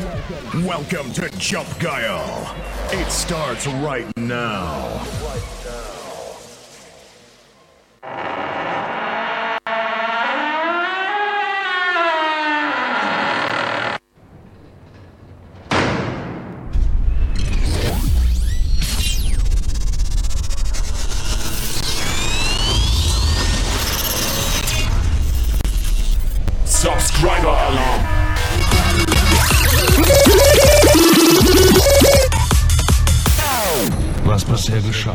Welcome to Jump Guile. It starts right now. Subscriber Alarm. Was bisher geschah.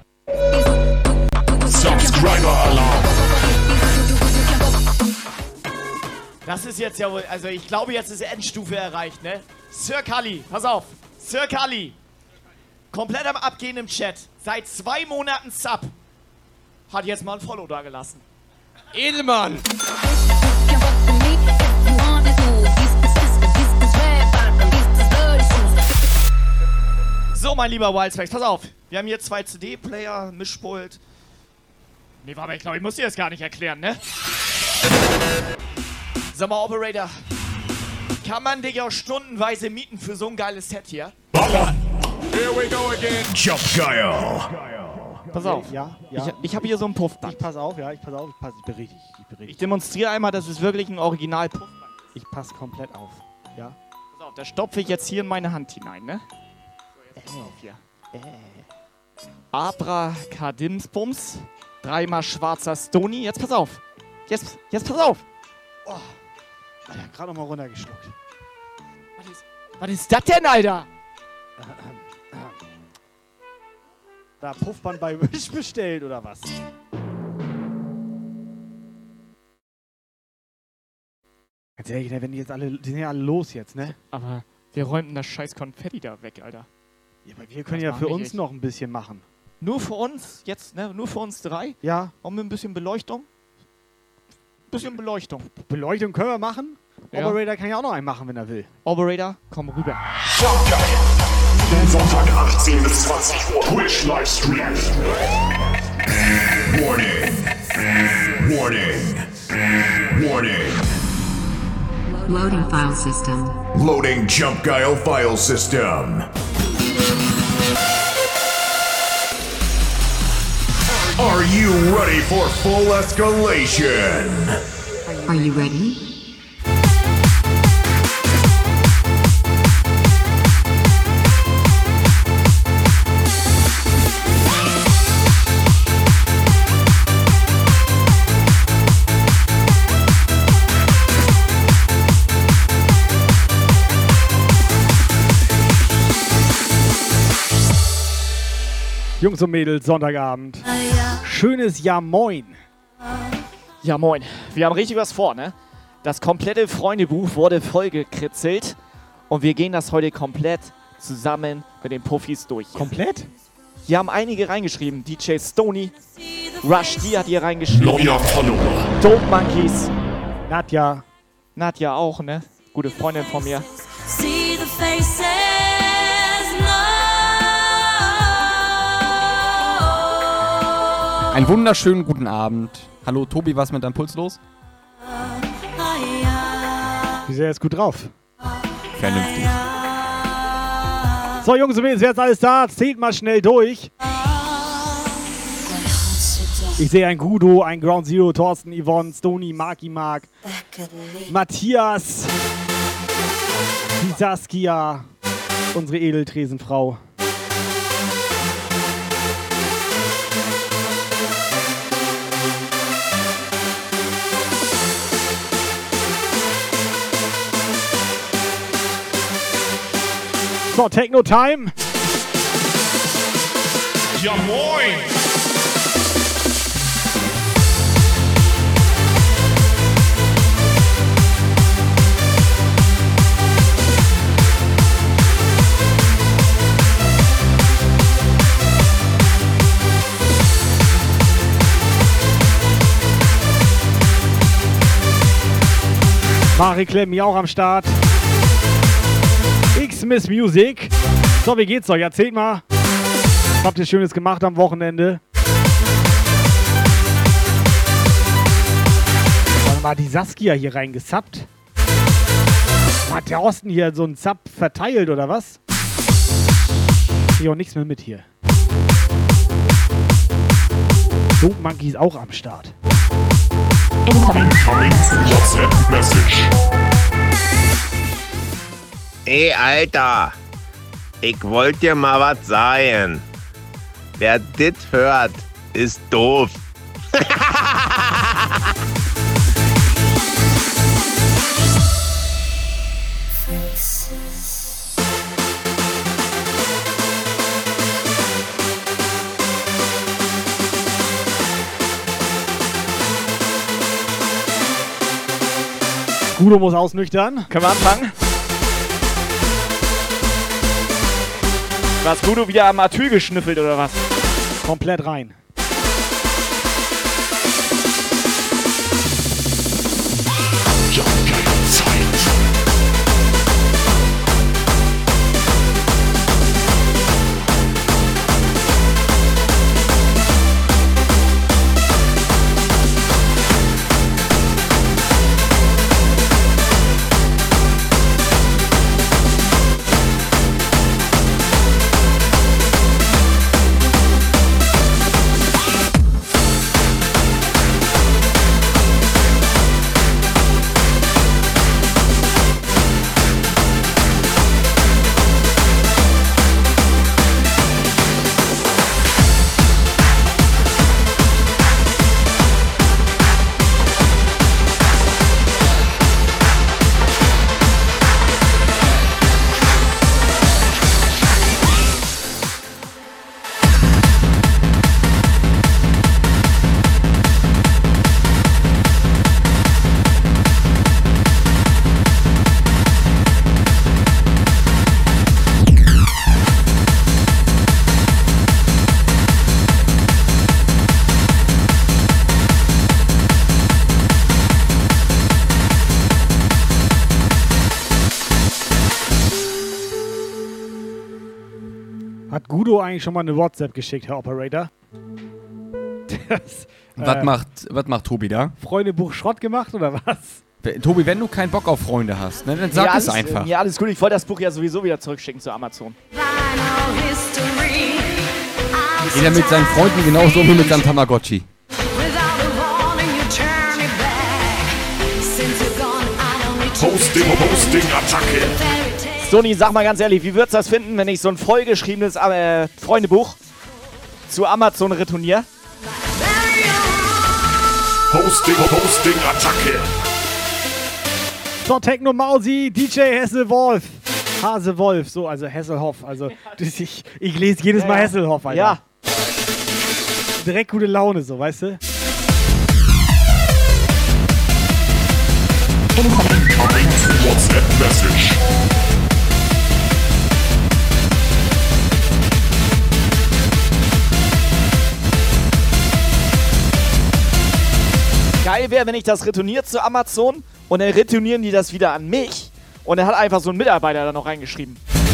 Subscriber Alarm. Das ist jetzt ja wohl, also ich glaube, jetzt ist Endstufe erreicht, ne? Sir Kali, pass auf. Sir Kali, komplett am Abgehen im Chat. Seit 2 Monaten Sub. Hat jetzt mal ein Follow da gelassen. Edelmann! So, mein lieber Wildspecs, pass auf. Wir haben hier 2 CD-Player, Mischpult. Nee, warte, ich glaube, ich muss dir das gar nicht erklären, ne? Sag mal, Operator. Kann man dich auch stundenweise mieten für so ein geiles Set hier? Ballern. Here we go again. Jump Guile. Pass auf. Ja. Ich habe hier so ein Puffband. Ich pass auf, ich bin richtig. Ich demonstriere einmal, das ist wirklich ein Original-Puffband. Ich pass komplett auf. Ja. Pass auf, da stopfe ich jetzt hier in meine Hand hinein, ne? So, jetzt pass auf hier. Abracadimsbums. 3-mal schwarzer Stony. Jetzt pass auf. Jetzt pass auf. Oh. Alter, gerade noch mal runtergeschluckt. Was ist das denn, Alter? Da Puffband bei Wish bestellt, oder was? Ganz ehrlich, ne, wenn die jetzt alle, die sind ja alle los jetzt, ne? Aber wir räumten das scheiß Konfetti da weg, Alter. Ja, aber wir können Das ja machen für wir uns nicht. noch ein bisschen machen. Nur für uns, jetzt, ne? Nur für uns 3. Ja, Auch mit ein bisschen Beleuchtung. Bisschen Beleuchtung. Beleuchtung können wir machen. Ja. Operator kann ja auch noch einen machen, wenn er will. Operator, komm rüber. Jump Guile. Sonntag 18 bis 20 Uhr. Twitch Livestream. Warning. Warning. Warning. Loading file system. Loading Jump Guile file system. Are you ready for full escalation? Are you ready? Jungs und Mädels, Sonntagabend. Schönes Ja Moin. Ja, moin. Wir haben richtig was vor, ne? Das komplette Freundebuch wurde vollgekritzelt und wir gehen das heute komplett zusammen mit den Puffis durch. Komplett? Hier haben einige reingeschrieben. DJ Stony, Rush D hat hier reingeschrieben. Neuer Follower. Dope Monkeys. Nadja. Nadja auch, ne? Gute Freundin von mir. See the faces, no. Einen wunderschönen guten Abend. Hallo Tobi, was ist mit deinem Puls los? Wieso er ist gut drauf? Vernünftig. So, Jungs und Mädels, wer ist alles da? Zählt mal schnell durch. Ich sehe ein Gudo, ein Ground Zero, Thorsten, Yvonne, Stony, Marky Mark, Matthias, die Saskia, unsere Edeltresenfrau. So, Techno Time. Ja moin. Marie Clemmy auch am Start. X-Miss Music. So, wie geht's euch? Erzählt mal. Was habt ihr Schönes gemacht am Wochenende? Warte mal, die Saskia hier reingesappt. Hat der Osten hier so einen Zap verteilt oder was? Ich auch nichts mehr mit hier. Dope Monkey ist auch am Start. WhatsApp Message. Ey, Alter, ich wollte dir mal was sagen. Wer dit hört, ist doof. Gudo muss ausnüchtern. Können wir anfangen? Was, Gudo wieder am Atyl geschnüffelt oder was? Komplett rein. Ja, keine Zeit. Hat Gudo eigentlich schon mal eine WhatsApp geschickt, Herr Operator? Was macht Tobi da? Freundebuch Schrott gemacht oder was? Tobi, wenn du keinen Bock auf Freunde hast, ne, dann sag es einfach. Ja, alles gut. Ich wollte das Buch ja sowieso wieder zurückschicken zu Amazon. Jeder mit seinen Freunden genauso wie mit seinem Tamagotchi. Posting-Attacke. Sony, sag mal ganz ehrlich, wie würdest du das finden, wenn ich so ein vollgeschriebenes Freundebuch zu Amazon retourniere? Posting-Attacke. So, Techno Mausi, DJ Hesselwolf. Hasewolf, so, also Hesselhoff. Also, ich lese jedes Mal Hesselhoff, Alter. Ja. Direkt gute Laune, so, weißt du? WhatsApp-Message. Geil wäre, wenn ich das retourniere zu Amazon und dann retournieren die das wieder an mich und dann hat einfach so ein Mitarbeiter da noch reingeschrieben.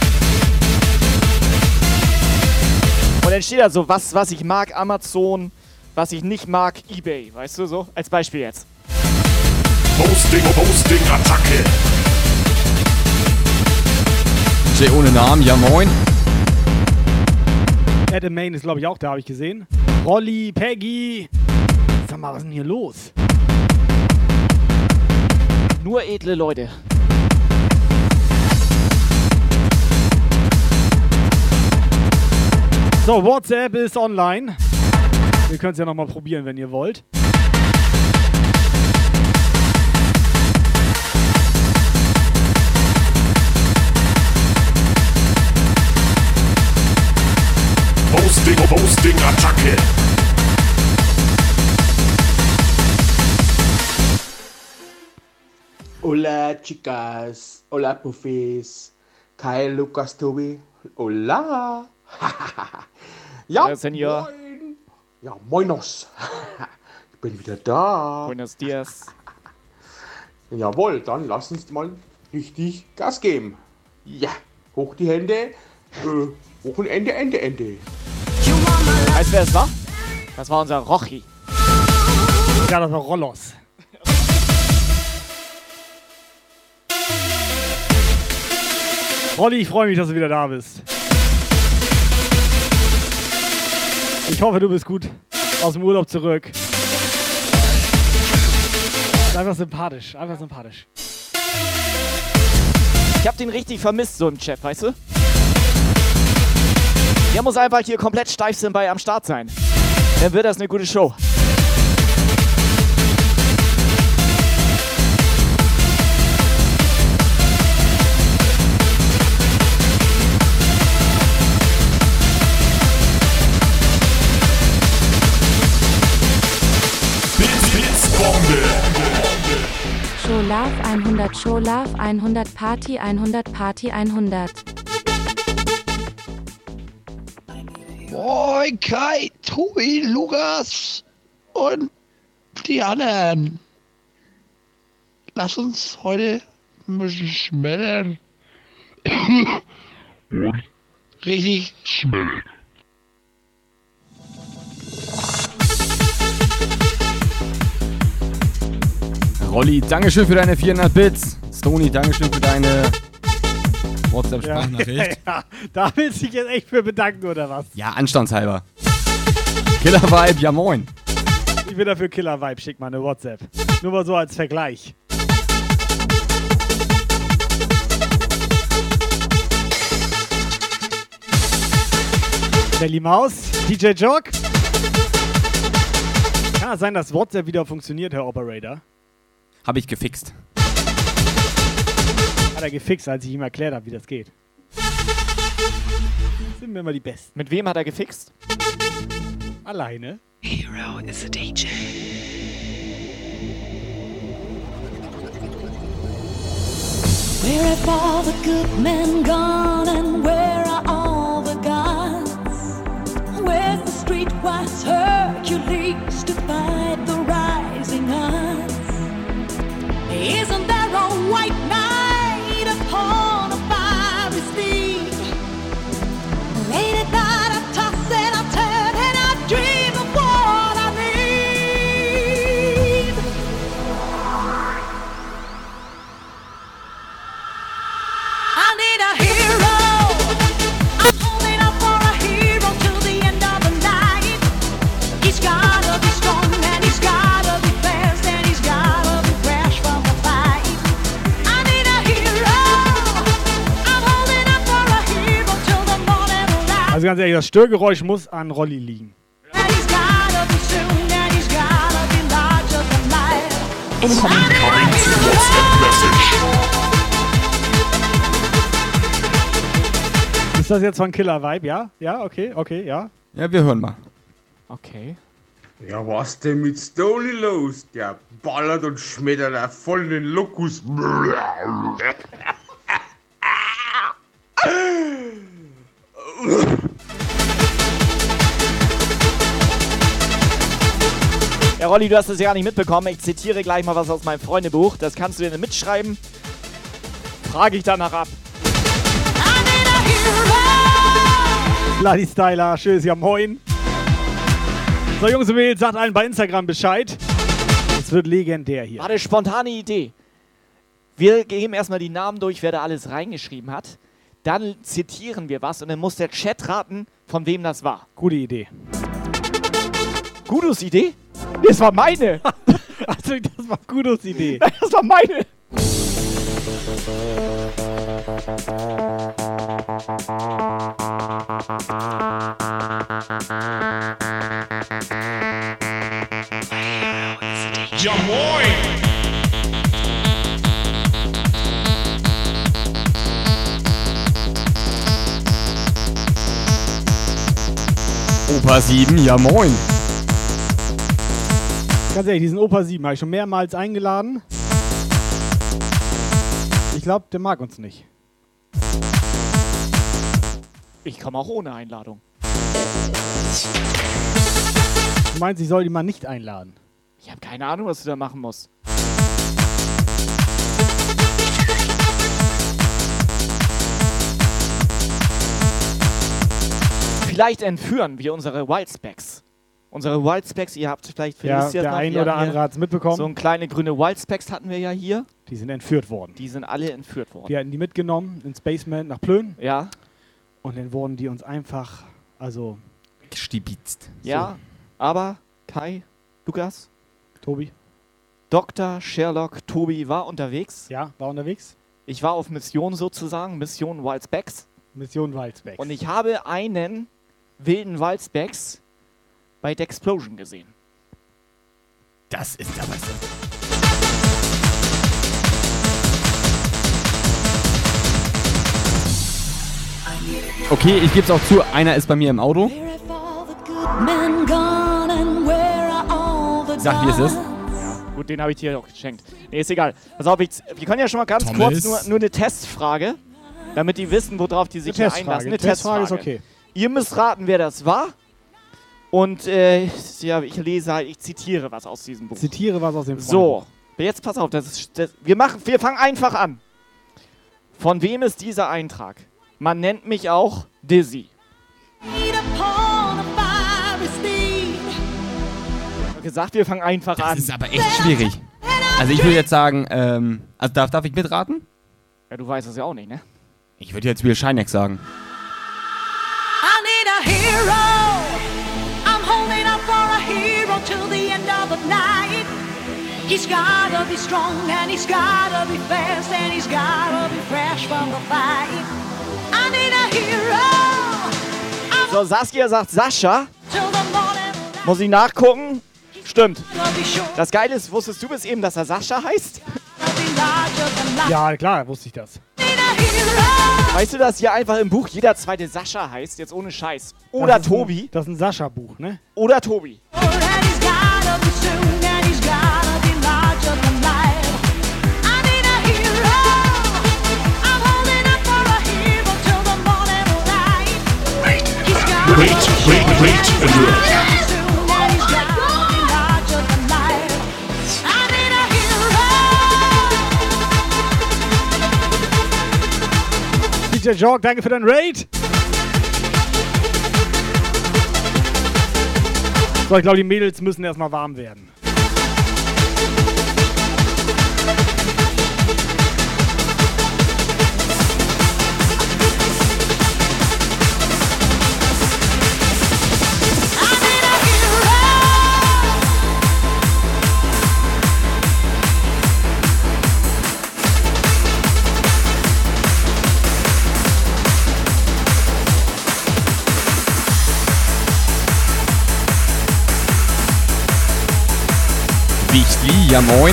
Und dann steht da so, was ich mag, Amazon, was ich nicht mag, eBay, weißt du, so, als Beispiel jetzt. Posting-Attacke. DJ ohne Namen, ja moin. Adam Main ist, glaube ich, auch da, habe ich gesehen. Rolli, Peggy. Sag mal, was ist denn hier los? Nur edle Leute. So, WhatsApp ist online. Wir können es ja nochmal probieren, wenn ihr wollt. Posting-Attacke. Hola chicas, hola Puffis, Kai, Lukas, Tobi, hola. Ja, Senor. moin. Ja, moinos. Ich bin wieder da. Buenos dias. Jawohl, dann lass uns mal richtig Gas geben. Ja, hoch die Hände, Wochenende, Ende. Weißt du, wer es war? Das war unser Rochi. Ja, das war Rollos. Rolli, ich freue mich, dass du wieder da bist. Ich hoffe, du bist gut aus dem Urlaub zurück. Einfach sympathisch, einfach sympathisch. Ich hab den richtig vermisst, so im Chat, weißt du? Der muss einfach hier komplett steif bei am Start sein. Dann wird das eine gute Show. Scholaf 100, Scholaf 100, Party 100, Party 100. Moin Kai, Tobi, Lukas und die anderen. Lass uns heute ein bisschen schmälern. Richtig schmälern. Rolli, Dankeschön für deine 400 Bits. Stony, Dankeschön für deine WhatsApp-Sprachnachricht. Ja, da willst du dich jetzt echt für bedanken, oder was? Ja, anstandshalber. Killer Vibe, ja moin. Ich bin dafür Killer Vibe, schick mal eine WhatsApp. Nur mal so als Vergleich. Belly Maus, DJ Jog. Kann es sein, dass WhatsApp wieder funktioniert, Herr Operator? Habe ich gefixt. Hat er gefixt, als ich ihm erklärt habe, wie das geht. Sind wir immer die Besten. Mit wem hat er gefixt? Alleine. Hero is a DJ. Where have all the good men gone and where are all the gods? Where's the streetwise Hercules to fight the rising odds? Isn't there a white knight upon a fiery steed? Late at night I toss and I turn and I dream of what I need. I need a hero. I'm holding out for a hero till the end of the night. He's gotta be strong and he's gotta be fast and he's gotta be fresh from the fight. I need a hero. I'm holding out for a hero till the morning light. Also ganz ehrlich, das Störgeräusch muss an Rolli liegen. And he's gotta be soon and he's gotta be larger than life. Incoming WhatsApp message. Ist das jetzt von Killer Vibe, ja? Ja, okay, ja. Ja, wir hören mal. Okay. Ja, was denn mit Stoli los? Der ballert und schmettert da voll den Lokus. Ja, Rolli, du hast das ja gar nicht mitbekommen. Ich zitiere gleich mal was aus meinem Freundebuch. Das kannst du dir mitschreiben. Frage ich danach ab. Bloody Styler, schönes Ja moin. So, Jungs und Mädels, sagt allen bei Instagram Bescheid. Es wird legendär hier. Warte, spontane Idee. Wir geben erstmal die Namen durch, wer da alles reingeschrieben hat. Dann zitieren wir was und dann muss der Chat raten, von wem das war. Gute Idee. Gudos Idee? Das war meine. Also, das war Gudos Idee. Das war meine. Ja moin! Opa 7, ja moin. Ganz ehrlich, diesen Opa 7 habe ich schon mehrmals eingeladen. Ich glaube, der mag uns nicht. Ich komme auch ohne Einladung. Du meinst, ich soll die mal nicht einladen? Ich habe keine Ahnung, was du da machen musst. Vielleicht entführen wir unsere Wildspecs. Unsere Wildspecs, ihr habt vielleicht Ja, der ein oder andere hat es mitbekommen. So ein kleine grüne Wildspecs hatten wir ja hier. Die sind entführt worden. Die sind alle entführt worden. Wir hatten die mitgenommen ins Basement nach Plön. Ja. Und dann wurden die uns einfach, also... Gestibitzt. Ja, aber Kai, Lukas, Tobi. Dr. Sherlock Tobi war unterwegs. Ja, war unterwegs. Ich war auf Mission sozusagen, Mission Wildsbecks. Mission Wildsbecks. Und ich habe einen wilden Wildsbecks bei Dexplosion gesehen. Das ist aber so. Okay, ich gebe es auch zu, einer ist bei mir im Auto. Sag, wie es ist. Gut, den habe ich dir auch geschenkt. Nee, ist egal. Pass auf, wir können ja schon mal ganz kurz nur eine Testfrage, damit die wissen, worauf die sich hier einlassen. Eine Testfrage ist okay. Ihr müsst raten, wer das war. Und ja, ich zitiere was aus diesem Buch. Zitiere was aus dem Buch. So, jetzt pass auf, wir fangen einfach an. Von wem ist dieser Eintrag? Man nennt mich auch Dizzy. Gesagt, wir fangen einfach an. Das ist aber echt schwierig. Also ich würde jetzt sagen, also darf ich mitraten? Ja, du weißt das ja auch nicht, ne? Ich würde jetzt Will Scheineck sagen. I need a hero. I'm holding up for a hero till the end of the night. He's gotta be strong and he's gotta be fast and he's gotta be fresh from the fight. I need a hero. So, Saskia sagt Sascha. Muss ich nachgucken? Stimmt. Das Geile ist, wusstest du bis eben, dass er Sascha heißt? Ja, klar, wusste ich das. Weißt du, dass hier einfach im Buch jeder zweite Sascha heißt? Jetzt ohne Scheiß. Oder Tobi. Das ist ein Sascha-Buch, ne? Oder Tobi. Wait and look. DJ Jorg, danke für deinen Raid. So, ich glaube, die Mädels müssen erstmal warm werden. Wichtli, ja moin.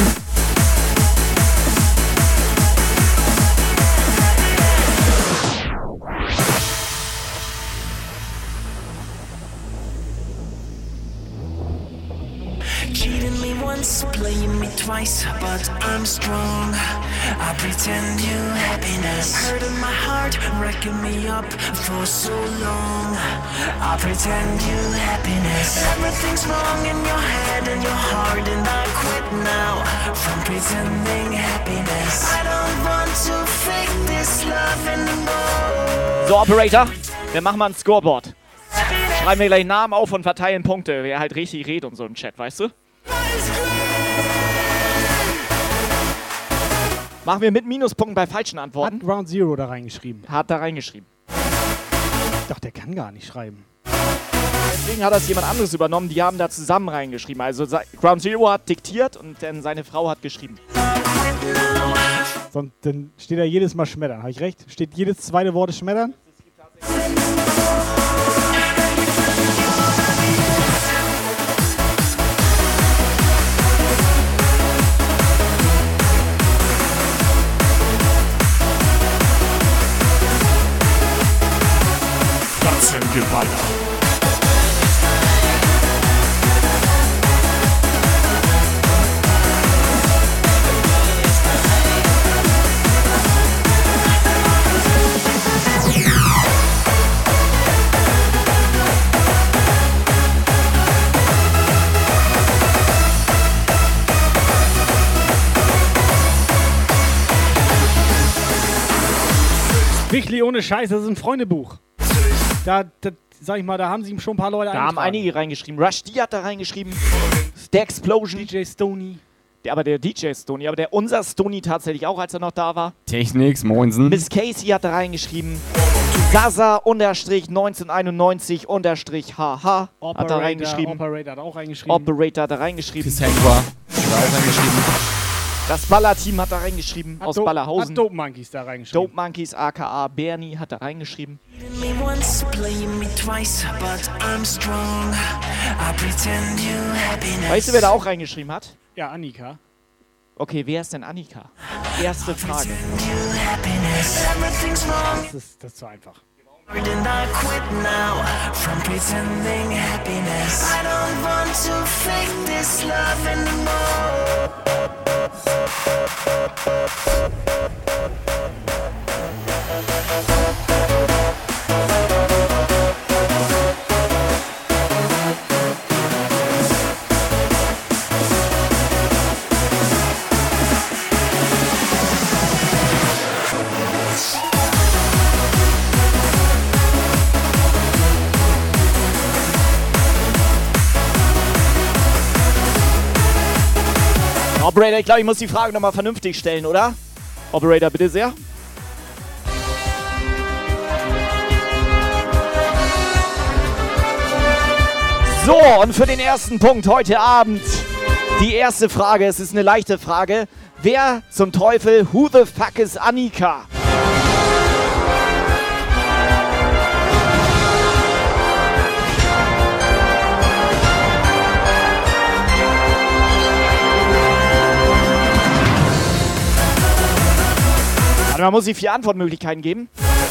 Cheating me once, playing me twice, but I'm strong. I pretend you happiness, hurting my heart, wrecking me up for so long. I pretend you happiness, everything's wrong in your head and your heart, and I quit now from pretending happiness. I don't want to fake this love anymore. So, Operator, wir machen mal ein Scoreboard. Schreiben wir gleich Namen auf und verteilen Punkte, wer halt richtig redet und so im Chat, weißt du? Machen wir mit Minuspunkten bei falschen Antworten. Hat Ground Zero da reingeschrieben. Hat da reingeschrieben. Ich dachte, der kann gar nicht schreiben. Deswegen hat das jemand anderes übernommen, die haben da zusammen reingeschrieben. Also Ground Zero hat diktiert und dann seine Frau hat geschrieben. Sonst, dann steht da jedes Mal Schmettern, habe ich recht? Steht jedes zweite Wort Schmettern? Geballer. Wichtli, ohne Scheiß, das ist ein Freundebuch. Da, sag ich mal, da haben sie ihm schon ein paar Leute Da haben einige reingeschrieben. Rush D hat da reingeschrieben. Dexplosion. DJ Stoney. Aber der DJ Stony, aber unser Stony tatsächlich auch, als er noch da war. Technics, Moinsen. Miss Casey hat da reingeschrieben. Sasa-1991-HH hat da reingeschrieben. Operator hat auch reingeschrieben. Operator hat da reingeschrieben. Cassandra hat auch reingeschrieben. Das Baller-Team hat da reingeschrieben, aus Ballerhausen. Hat Dope Monkeys da reingeschrieben. Dope Monkeys, aka Bernie, hat da reingeschrieben. Weißt du, wer da auch reingeschrieben hat? Ja, Annika. Okay, wer ist denn Annika? Erste Frage. Das ist zu einfach. And I quit now from pretending happiness. I don't want to fake this love anymore. Operator, ich glaube, ich muss die Frage nochmal vernünftig stellen, oder? Operator, bitte sehr. So, und für den ersten Punkt heute Abend die erste Frage. Es ist eine leichte Frage. Wer zum Teufel, who the fuck is Annika? Man muss sich 4 Antwortmöglichkeiten geben.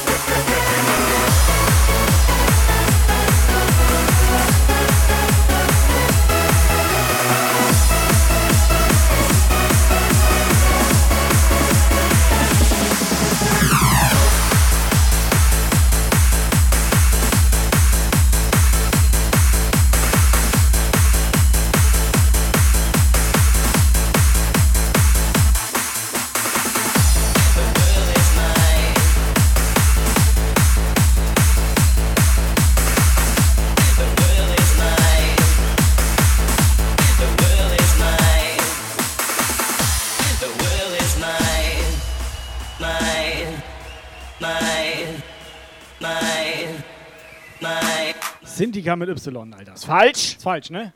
Sintika mit Y, Alter. Ist falsch. Ist falsch, ne?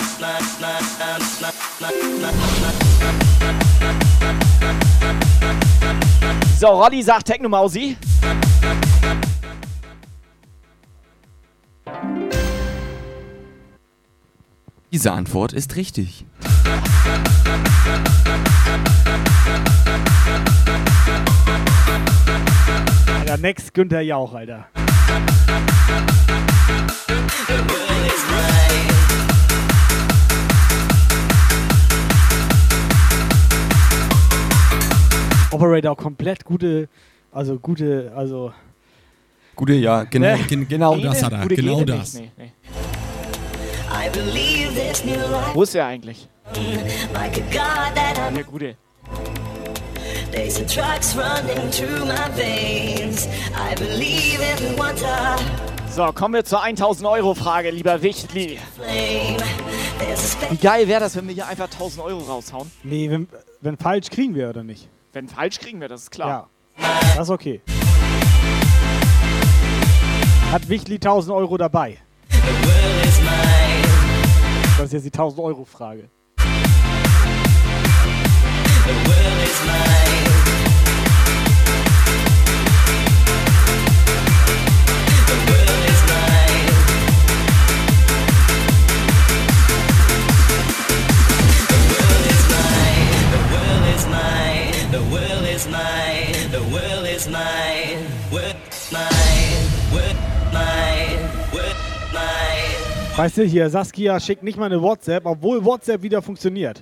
So, Roddy sagt Techno-Mausi. Diese Antwort ist richtig. Alter, next Günther Jauch, Alter. Operator komplett gute, Gute, ja, genau, genau Gene? das hat er, Gute genau Gene das. nicht, nee. Wo ist er eigentlich? Der Gute. Days and trucks running through my veins. I believe in wonder. So, kommen wir zur 1000-Euro-Frage, lieber Wichtli. Wie geil wäre das, wenn wir hier einfach 1000 Euro raushauen? Nee, wenn falsch kriegen wir, oder nicht? Wenn falsch kriegen wir, das ist klar. Ja, das ist okay. Hat Wichtli 1000 Euro dabei? Das ist jetzt die 1000-Euro-Frage. Weißt du, hier, Saskia schickt nicht mal eine WhatsApp, obwohl WhatsApp wieder funktioniert.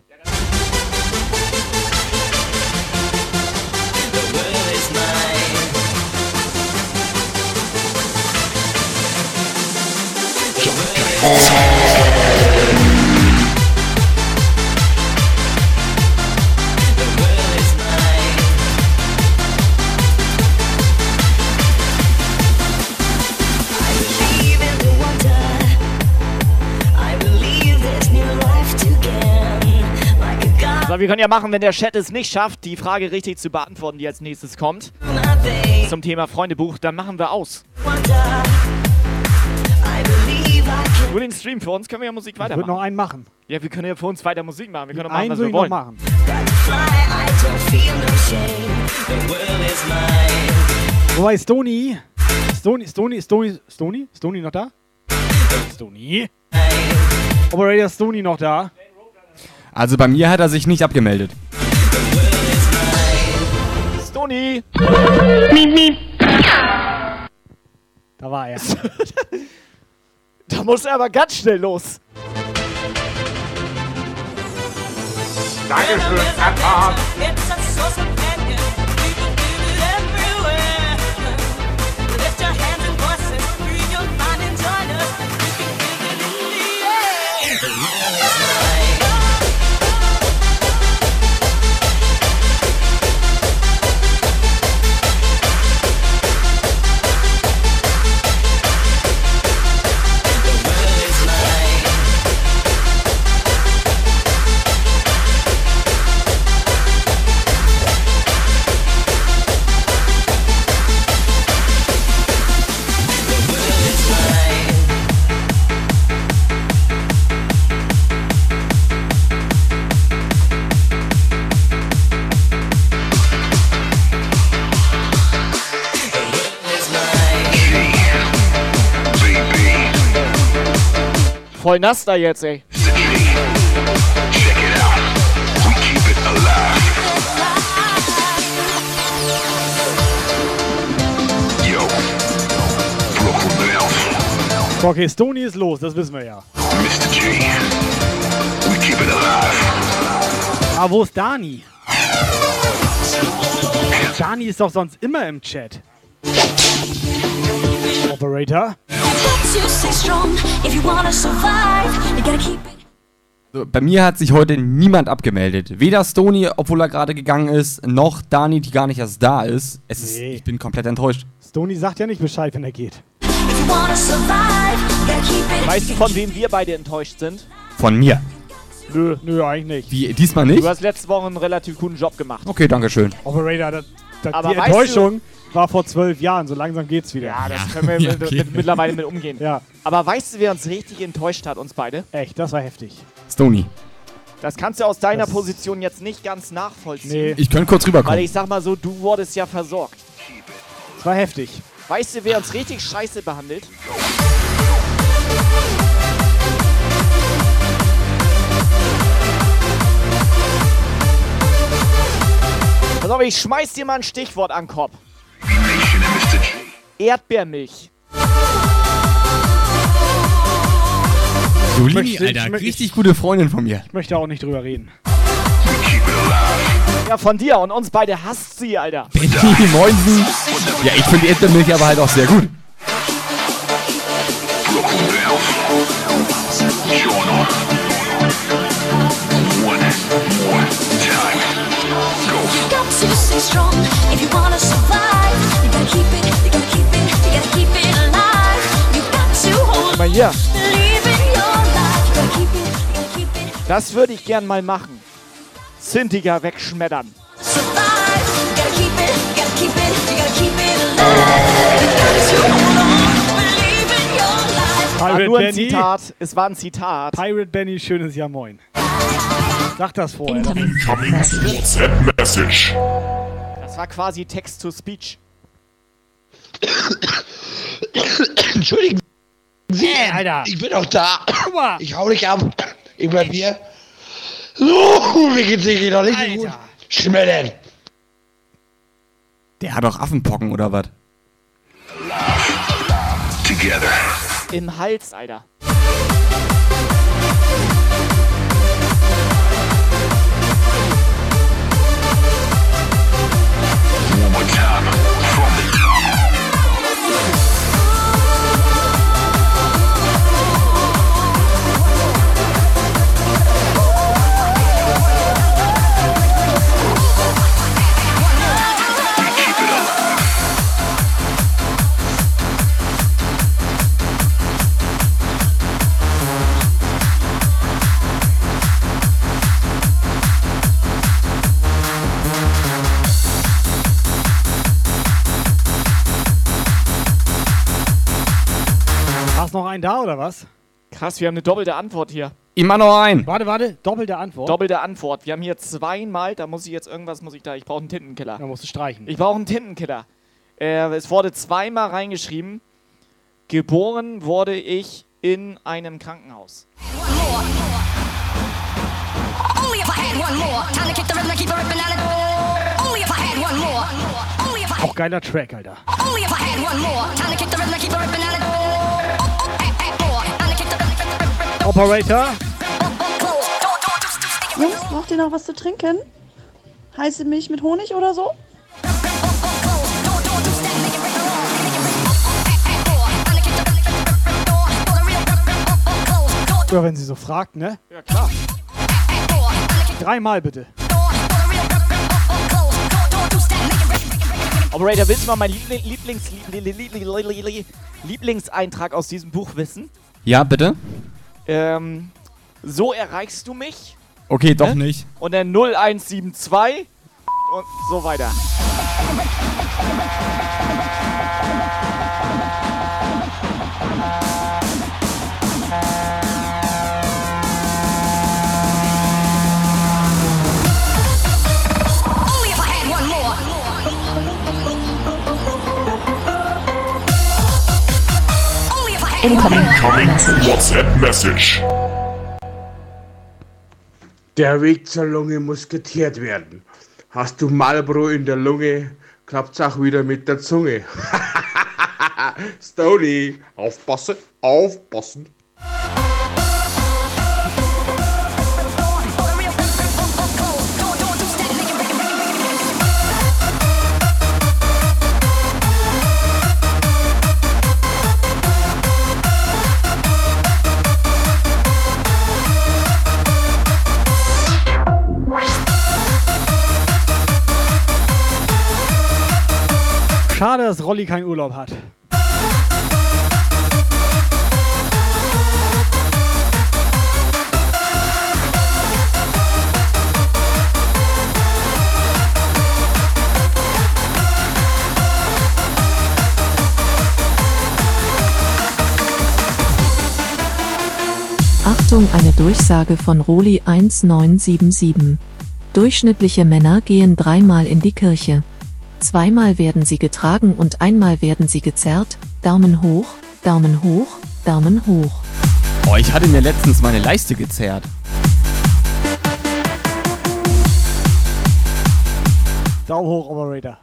So, wir können ja machen, wenn der Chat es nicht schafft, die Frage richtig zu beantworten, die als nächstes kommt. Zum Thema Freundebuch, dann machen wir aus. Nur den Stream, für uns können wir ja Musik weitermachen. Ich würde noch einen machen. Ja, wir können ja für uns weiter Musik machen. Wir können doch machen, Einen was soll wir ich noch wollen. machen. Wobei Stony noch da? Stony? Operator Stony noch da? Also bei mir hat er sich nicht abgemeldet. Stony! Da war er. Da muss er aber ganz schnell los. Dankeschön, Papa. Voll nass da jetzt, ey. Okay, Stony ist los, das wissen wir ja. Mr. G, we keep it alive. Ah, wo ist Dani? Dani ist doch sonst immer im Chat. Operator? So, bei mir hat sich heute niemand abgemeldet. Weder Stony, obwohl er gerade gegangen ist, noch Dani, die gar nicht erst da ist. Ich bin komplett enttäuscht. Stony sagt ja nicht Bescheid, wenn er geht. Weißt du, von wem wir beide enttäuscht sind? Von mir. Nö, eigentlich nicht. Wie, diesmal nicht? Du hast letzte Woche einen relativ guten Job gemacht. Okay, danke schön. Operator, Aber die weißt Enttäuschung war vor 12 Jahren, so langsam geht's wieder. Ja, das können wir mittlerweile mit umgehen. Ja. Aber weißt du, wer uns richtig enttäuscht hat, uns beide? Echt, das war heftig. Stony. Das kannst du aus deiner Position jetzt nicht ganz nachvollziehen. Nee. Ich könnte kurz rüberkommen. Weil ich sag mal so, du wurdest ja versorgt. Das war heftig. Weißt du, wer uns richtig scheiße behandelt? Pass auf, ich schmeiß dir mal ein Stichwort an den Kopf. Erdbeermilch. Jolini, Alter, richtig gute Freundin von mir. Ich möchte auch nicht drüber reden. Ja, von dir und uns beide hasst sie, Alter. Betty, Moinsen. Ja, ich finde Erdbeermilch aber halt auch sehr gut. Guck mal hier. Das würde ich gern mal machen. Cynthia wegschmettern. War nur ein Zitat. Es war ein Zitat. Pirate Benny, schönes Jahr moin. Sag das vorher. Message. Das war quasi Text-to-Speech. Entschuldigen Sie, Alter. ich bin auch da. Guck mal. Ich hau dich ab. Ich bleib hier. So, mir geht's nicht noch nicht so gut. Schmettern. Der hat doch Affenpocken oder was? Together. Im Hals, Alter. One more time. From the top. noch einen da, oder was? Krass, wir haben eine doppelte Antwort hier. Immer noch ein. Warte. Doppelte Antwort. Doppelte Antwort. Wir haben hier zweimal, da muss ich jetzt irgendwas, ich brauche einen Tintenkiller. Da musst du streichen. Ich brauche einen Tintenkiller. Es wurde zweimal reingeschrieben, geboren wurde ich in einem Krankenhaus. Auch geiler Track, Alter. Operator. Jungs, braucht ihr noch was zu trinken? Heiße Milch mit Honig oder so? Ja, wenn sie so fragt, ne? Ja, klar. 3-mal bitte. Operator, willst du mal meinen Lieblingseintrag aus diesem Buch wissen? Ja, bitte. So erreichst du mich. Okay, doch nicht. Und dann 0172 und so weiter. Incoming WhatsApp Message. Der Weg zur Lunge muss geteert werden. Hast du Marlboro in der Lunge, klappt's auch wieder mit der Zunge. Stony, aufpassen, aufpassen. Schade, dass Rolli keinen Urlaub hat. Achtung, eine Durchsage von Roli 1977. Durchschnittliche Männer gehen 3-mal in die Kirche. 2-mal werden sie getragen und 1-mal werden sie gezerrt. Daumen hoch, Daumen hoch, Daumen hoch. Oh, ich hatte mir letztens meine Leiste gezerrt. Daumen hoch, Operator.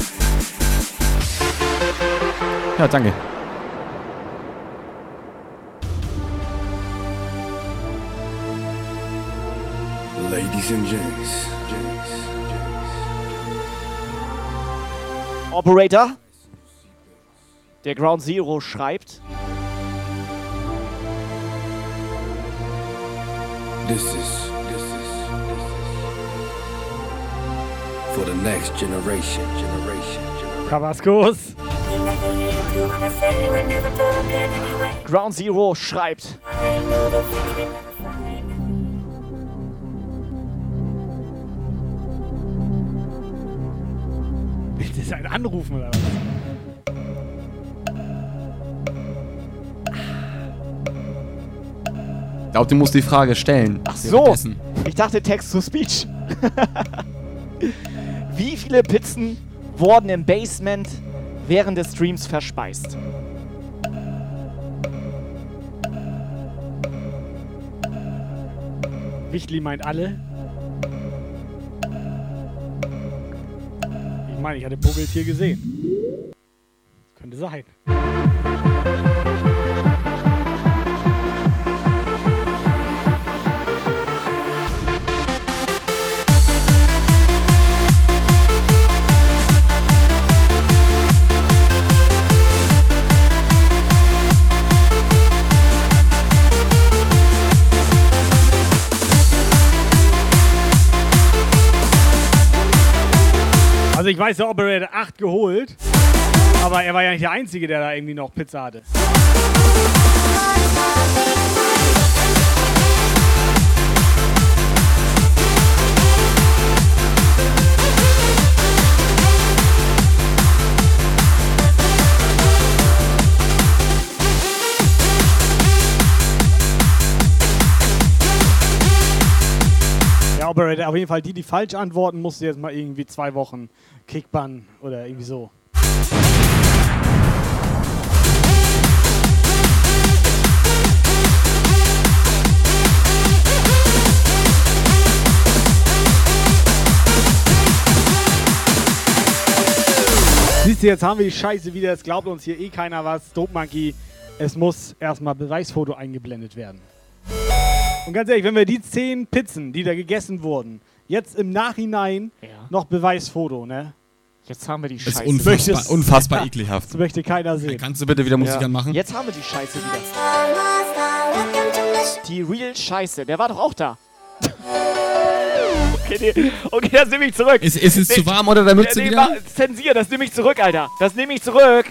Ja, danke. Ladies and gents. Operator, der Ground Zero schreibt. This is for the next generation. Tabascos. Ground Zero schreibt. Willst du einen anrufen oder was? Ich glaube, du musst die Frage stellen. Ach so, ich dachte Text-to-Speech. Wie viele Pizzen wurden im Basement während des Streams verspeist? Wichtli meint alle. Ich meine, ich hatte Buggeltier gesehen. Könnte sein. Also ich weiß, der Operator 8 geholt, aber er war ja nicht der Einzige, der da irgendwie noch Pizza hatte. Operator, auf jeden Fall die falsch antworten, musst du jetzt mal irgendwie 2 Wochen Kickbann oder irgendwie so. Siehst du, jetzt haben wir die Scheiße wieder, es glaubt uns hier eh keiner was. Dope Monkey, es muss erstmal Beweisfoto eingeblendet werden. Und ganz ehrlich, wenn wir die 10 Pizzen, die da gegessen wurden, jetzt im Nachhinein noch Beweisfoto, ne? Jetzt haben wir die Das Scheiße. ist unfassbar ekelhaft. Das möchte keiner sehen. Kannst du bitte wieder Musik anmachen? Jetzt haben wir die Scheiße wieder. Die Real Scheiße, der war doch auch da. Okay, das nehme ich zurück. Ist es zu warm oder der Mütze wieder? Zensier, das nehme ich zurück, Alter. Das nehme ich zurück.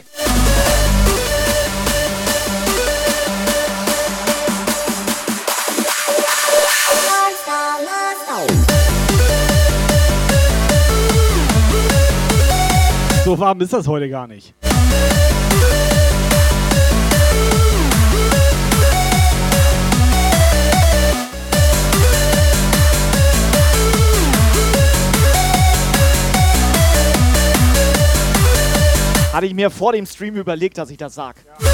So warm ist das heute gar nicht. Hatte ich mir vor dem Stream überlegt, dass ich das sag. Ja.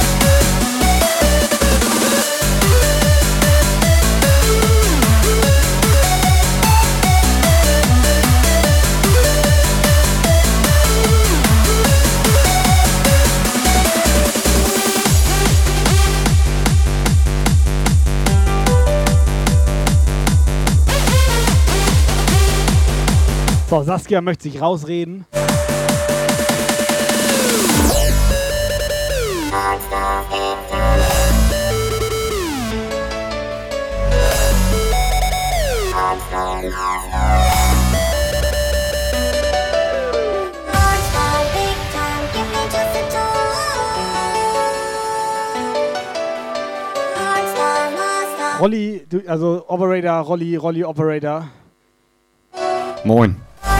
So, Saskia möchte sich rausreden. Rolli, also Operator, Rolli, Operator. Moin.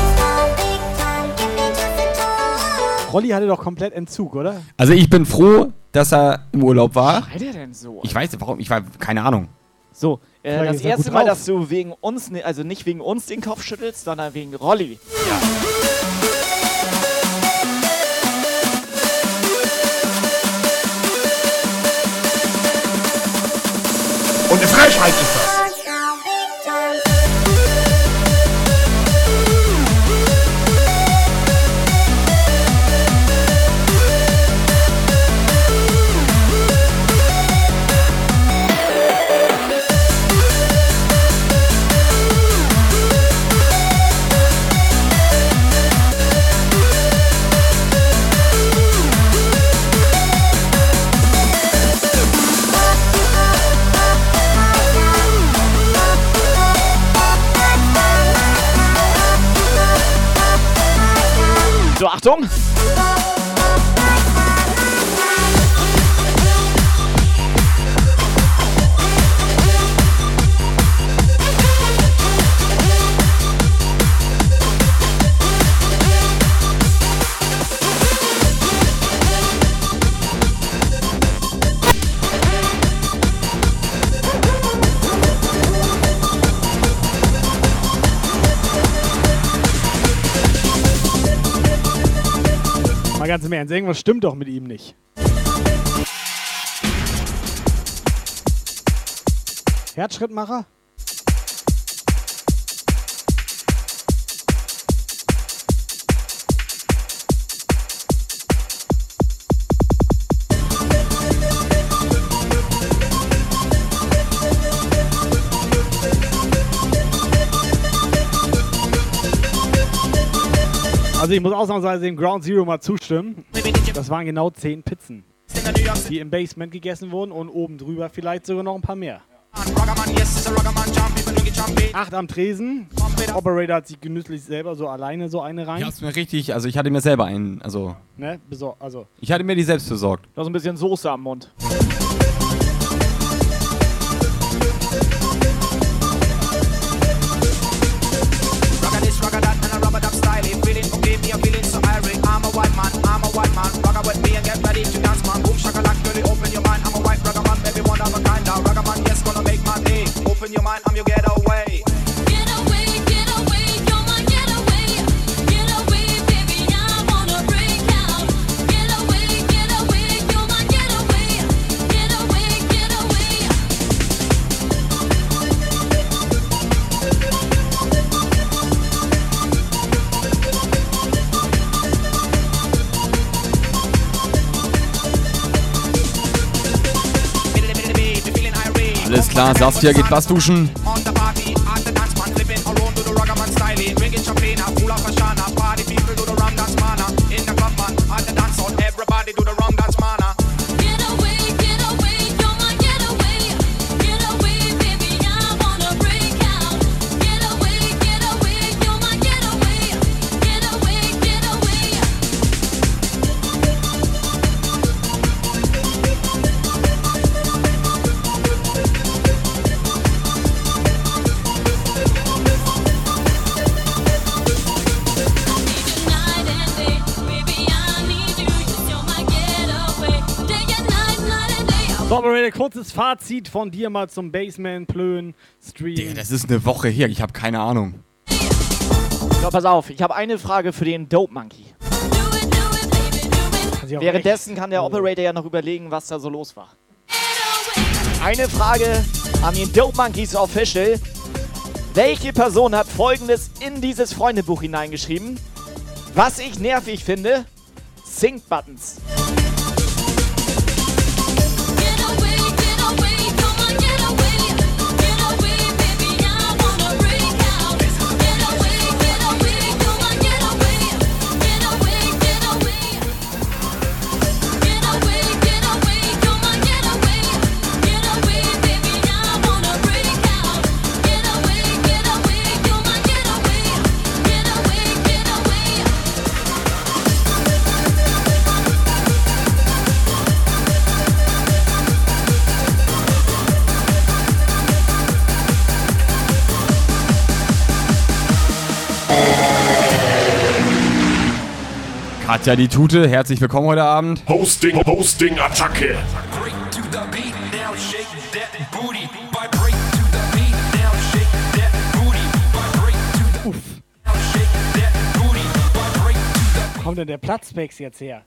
Rolli hatte doch komplett Entzug, oder? Also ich bin froh, dass er im Urlaub war. Was schreit er denn so? Ich weiß warum, keine Ahnung. So, das erste Mal, dass du wegen uns, also nicht wegen uns den Kopf schüttelst, sondern wegen Rolli. Ja. Und eine Frechheit ist das. So, Achtung! Mal ganz im Ernst, irgendwas stimmt doch mit ihm nicht. Herzschrittmacher? Also ich muss ausnahmsweise dem Ground Zero mal zustimmen. Das waren genau 10 Pizzen, die im Basement gegessen wurden und oben drüber vielleicht sogar noch ein paar mehr. 8 am Tresen. Operator hat sich genüsslich selber so alleine so eine rein. Ich hab's mir richtig, also ich hatte mir selber einen, also... Ne? Ich hatte mir die selbst besorgt. Da ist ein bisschen Soße am Mund. Open your mind, I'm your getaway. Get away. klar, Saskia geht Bass duschen. So, aber kurzes Fazit von dir mal zum Basement-Plön-Stream. Digga, das ist eine Woche her, ich habe keine Ahnung. So, pass auf, ich habe eine Frage für den Dope Monkey. Währenddessen kann der Operator ja noch überlegen, was da so los war. Eine Frage an den Dope Monkeys Official. Welche Person hat Folgendes in dieses Freundebuch hineingeschrieben? Was ich nervig finde, Sync-Buttons. Katja die Tute, herzlich willkommen heute Abend. Hosting, Attacke. Uff. Wo kommt denn der Platzbacks jetzt her?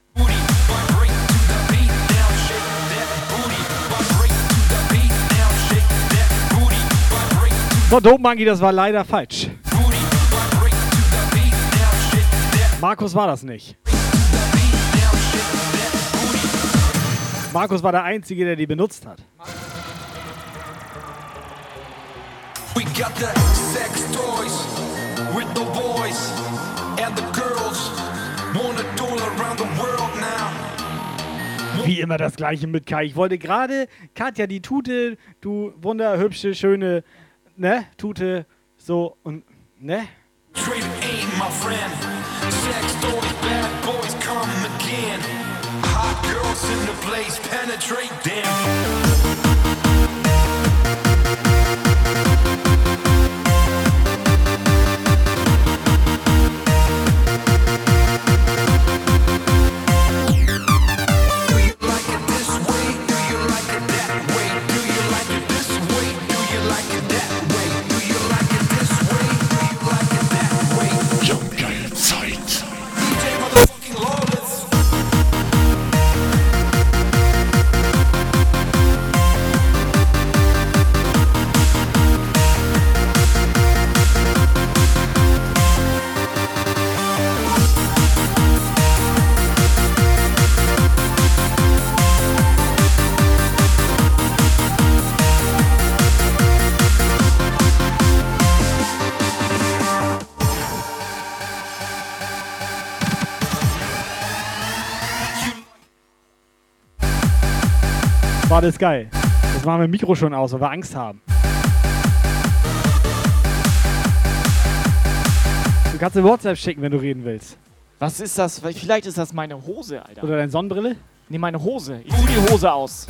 So, Dope Monkey, das war leider falsch. Markus war das nicht. Markus war der Einzige, der die benutzt hat. We got the sex toys with the boys and the girls wanna tour around the world now. Wie immer das Gleiche mit Kai. Ich wollte gerade Katja die Tute, du wunderhübsche, schöne, ne, Tute, so und, ne? Trade ain't my friend. Sex toys, bad boys come again. Hot girls in the place, penetrate them. War das geil. Das machen wir im Mikro schon aus, weil wir Angst haben. Du kannst eine WhatsApp schicken, wenn du reden willst. Was ist das? Vielleicht ist das meine Hose, Alter. Oder deine Sonnenbrille? Nee, meine Hose. Ich zieh die Hose aus.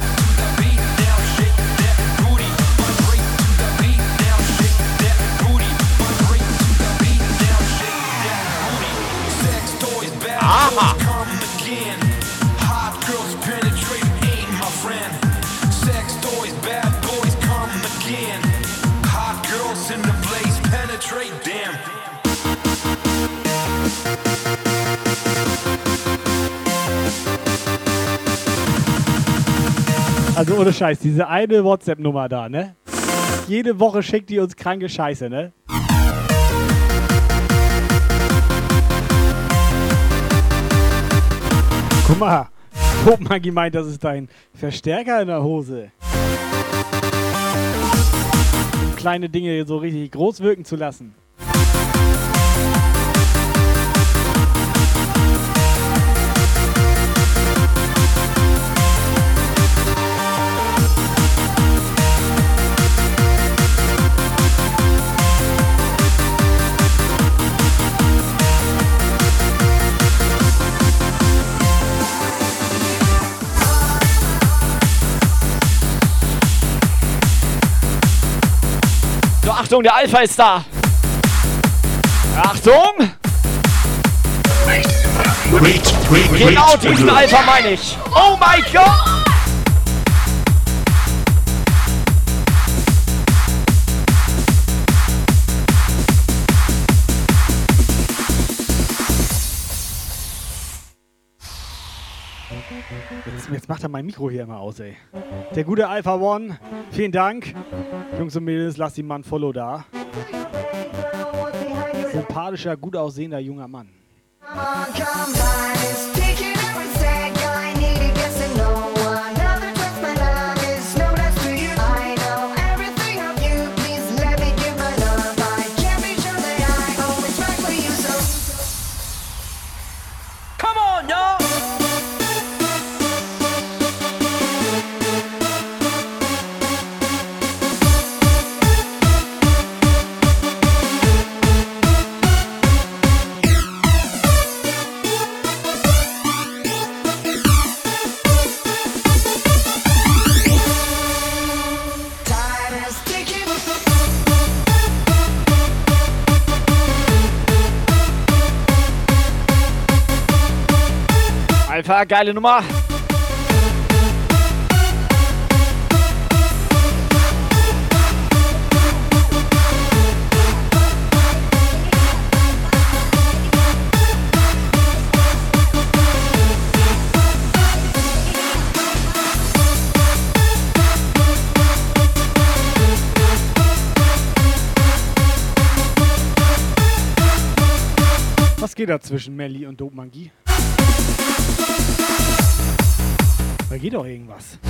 Aha! Also ohne Scheiß, diese eine WhatsApp-Nummer da, ne? Jede Woche schickt die uns kranke Scheiße, ne? Guck mal, Dope Monkey meint, das ist dein Verstärker in der Hose. kleine Dinge so richtig groß wirken zu lassen. Achtung, der Alpha ist da. Achtung! Genau diesen Alpha meine ich. Oh mein Gott! Jetzt macht er mein Mikro hier immer aus, ey. Der gute Alpha One, vielen Dank. Jungs und Mädels, lasst ihm mal ein Follow da. Sympathischer, gut aussehender junger Mann. Alpha, geile Nummer. Was geht da zwischen Melli und Dope Monkey? Da geht doch irgendwas.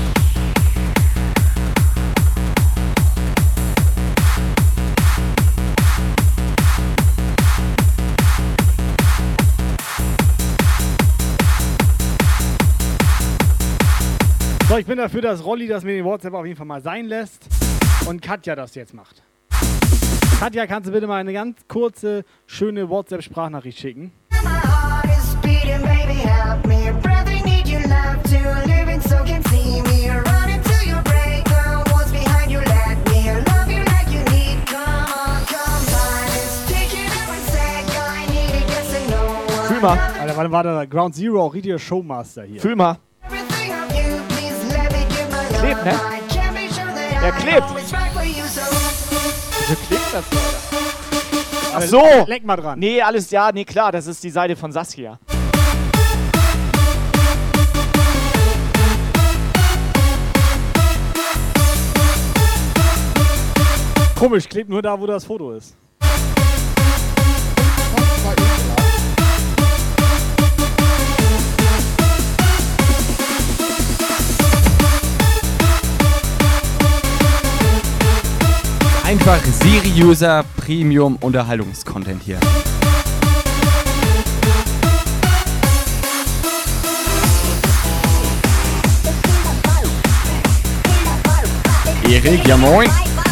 So, ich bin dafür, dass Rolli das mit dem WhatsApp auf jeden Fall mal sein lässt und Katja das jetzt macht. Katja, kannst du bitte mal eine ganz kurze, schöne WhatsApp-Sprachnachricht schicken? Fühl mal. Alter, warte, Ground Zero, auch richtiger Showmaster hier. Fühl mal. Klebt, ne? Der klebt. Wieso klebt das so, Alter? Ach so. Leck mal dran. Nee, alles, ja, nee, klar, das ist die Seite von Saskia. Komisch, klebt nur da, wo das Foto ist. Einfach seriöser Premium-Unterhaltungskontent hier. Erik, ja moin.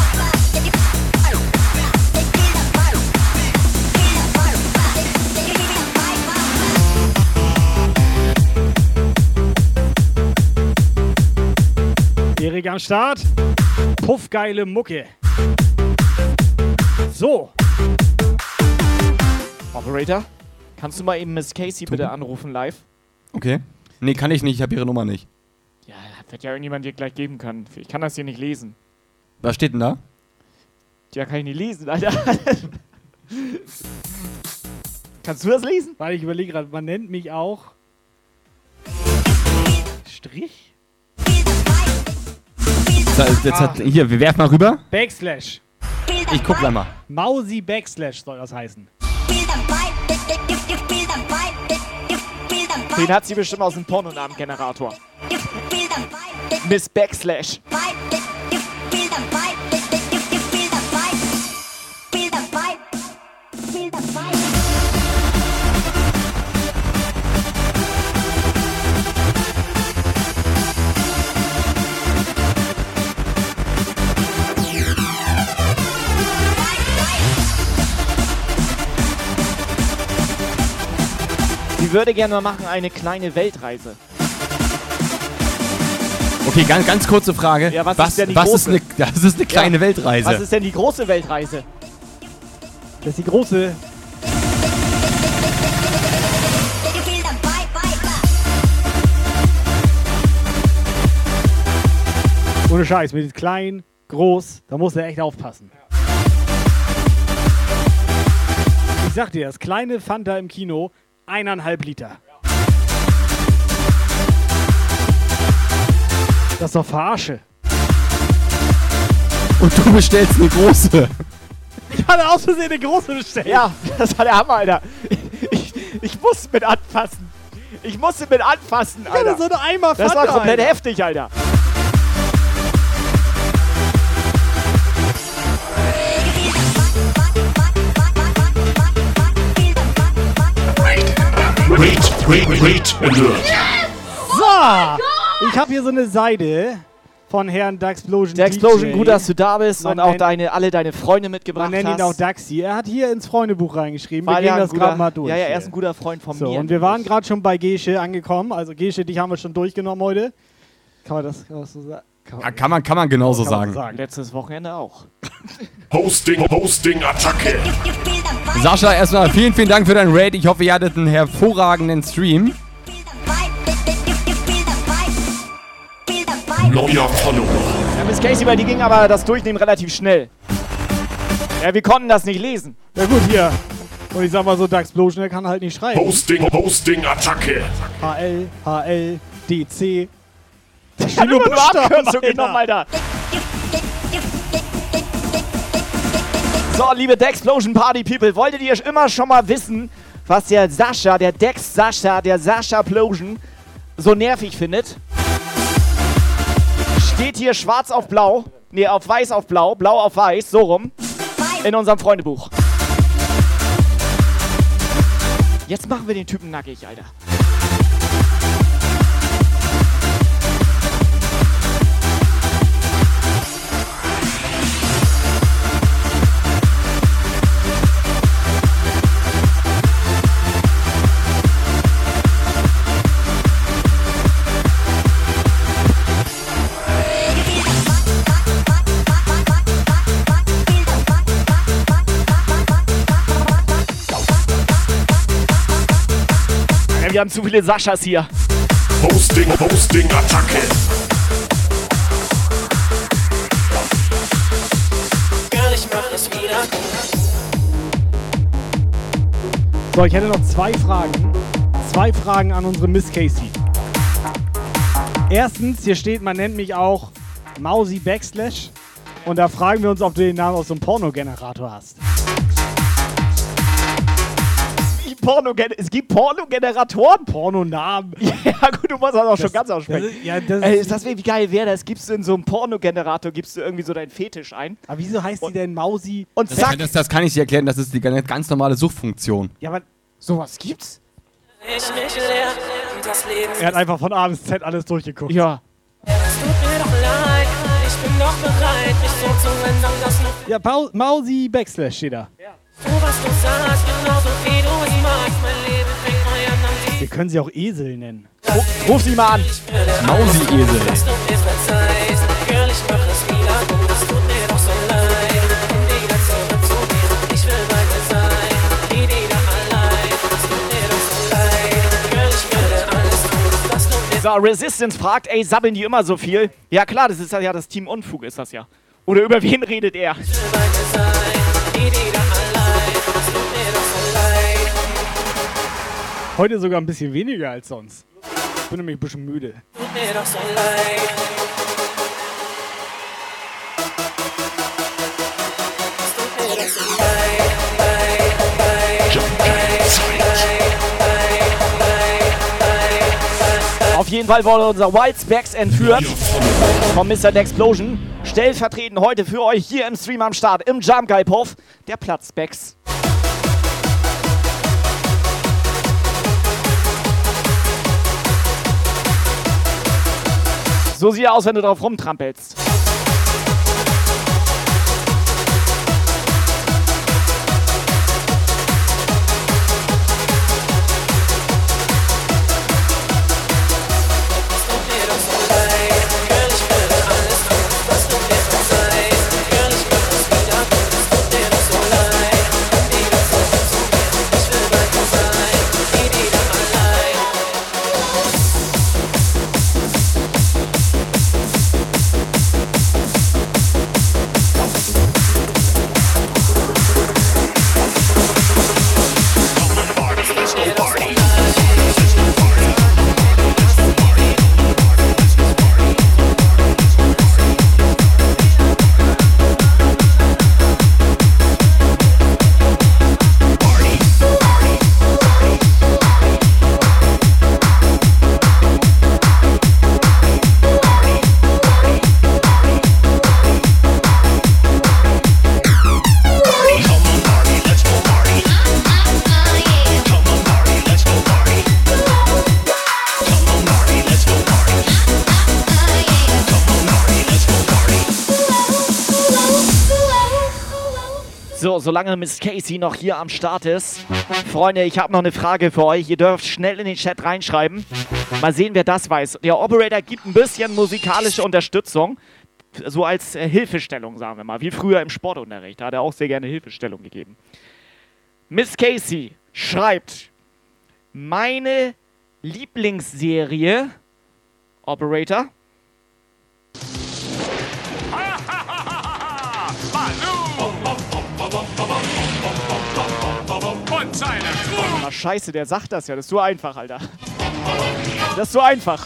Erik am Start. Puffgeile Mucke. So. Operator, kannst du mal eben Miss Casey bitte anrufen live? Okay. Nee, kann ich nicht, ich habe ihre Nummer nicht. Ja, wird ja irgendjemand dir gleich geben können. Ich kann das hier nicht lesen. Was steht denn da? Ja, kann ich nicht lesen, Alter. Kannst du das lesen? Weil ich überlege gerade, man nennt mich auch Strich? Hier, wir werfen mal rüber. Backslash. Ich guck mal. Mausi Backslash soll das heißen. Den hat sie bestimmt aus dem Pornonamengenerator. Sie würde gerne mal machen eine kleine Weltreise. Okay, ganz kurze Frage. Ja, was ist denn die große? Das ist eine kleine Weltreise. Was ist denn die große Weltreise? Das ist die große. Ohne Scheiß, mit klein, groß, da muss er echt aufpassen. Ich sag dir, das kleine Fanta im Kino, 1,5 Liter. Das ist doch Verarsche. Und du bestellst eine große. Ich hatte aus Versehen eine große bestellt. Ja, das war der Hammer, Alter. Ich musste mit anfassen. Alter. Ja, das war doch einmal Fanta, Das war komplett Alter. heftig, Alter. Wait alert. So, ich habe hier so eine Seite von Herrn Daxplosion. Daxplosion, gut, dass du da bist Man und auch nennt- alle deine Freunde mitgebracht Man nennt ihn hast. auch Daxi. Er hat hier ins Freundebuch reingeschrieben. Weil Wir er gehen ein das gerade mal durch. Ja, er hier. ist ein guter Freund von So, mir. und wir waren gerade schon bei Gesche angekommen. Also Gesche, dich haben wir schon durchgenommen heute. Kann man das so sagen? Kann man genauso sagen. Letztes Wochenende auch. Hosting, Attacke. Sascha, erstmal vielen Dank für deinen Raid. Ich hoffe, ihr hattet einen hervorragenden Stream. Neuer Follower. Ja, Miss Casey, bei dir ging aber das Durchnehmen relativ schnell. Ja, wir konnten das nicht lesen. Ja gut, hier. Und ich sag mal so, Daxplosion, der kann halt nicht schreiben. Hosting, Attacke. HL, DC. Da Ich hab nur Abkürzung genommen, Alter. So, liebe Daxplosion Party People, wolltet ihr immer schon mal wissen, was der Sascha, der Sascha Plosion so nervig findet? Steht hier schwarz auf blau, nee, auf weiß auf blau, blau auf weiß, so rum, in unserem Freundebuch. Jetzt machen wir den Typen nackig, Alter. Wir haben zu viele Saschas hier. Hosting, Attacke. Girl, ich mach es wieder. So, ich hätte noch zwei Fragen. Zwei Fragen an unsere Miss Casey. Erstens, hier steht, man nennt mich auch Mausi Backslash. Und da fragen wir uns, ob du den Namen aus so einem Pornogenerator hast. Es gibt Pornogeneratoren? Pornonamen. Ja gut, du musst das auch schon ganz aussprechen. Wie geil wäre das? Gibst du in so einem Pornogenerator, gibst du irgendwie so deinen Fetisch ein. Aber wieso heißt die denn Mausi? Und zack. Das kann ich dir erklären, das ist die ganz normale Suchfunktion. Ja, aber sowas gibt's? er hat einfach von A bis Z alles durchgeguckt. Ja. Es tut mir doch leid, ich bin doch bereit, mich so zu ändern, dass noch Ja, Mausi Backslash steht da. du, was du sagst, genauso wie du es magst. Mein Leben fängt neu an am Wir können sie auch Esel nennen. Ruf sie mal an. Mausi-Esel. dass du mir verzeihst. Girl, ich mach es wieder gut, es tut mir doch so leid. Komm wieder zurück zu mir, ich will bei dir sein. Nie wieder allein, es tut mir doch so leid. Girl, ich würde alles tun, dass du mir So, Resistance fragt, ey, sabbeln die immer so viel? Ja klar, das ist ja das Team Unfug, ist das ja. Oder über wen redet er? bei dir sein. Nie wieder allein, es tut mir doch so leid. Heute sogar ein bisschen weniger als sonst. Ich bin nämlich ein bisschen müde. Tut mir doch so leid. Es tut mir doch so Auf jeden Fall wurde unser Wild Specs entführt von Mr. Daxplosion. Stellvertretend heute für euch hier im Stream am Start, im Jump Guy Puff, der Platz Specs. So sieht er aus, wenn du drauf rumtrampelst. solange Miss Casey noch hier am Start ist. Freunde, ich habe noch eine Frage für euch. Ihr dürft schnell in den Chat reinschreiben. Mal sehen, wer das weiß. Der Operator gibt ein bisschen musikalische Unterstützung. So als Hilfestellung, sagen wir mal. Wie früher im Sportunterricht. Da hat er auch sehr gerne Hilfestellung gegeben. Miss Casey schreibt, meine Lieblingsserie, Operator. Und seine Crew. Na scheiße, der sagt das ja. Das ist so einfach, Alter. Das ist so einfach.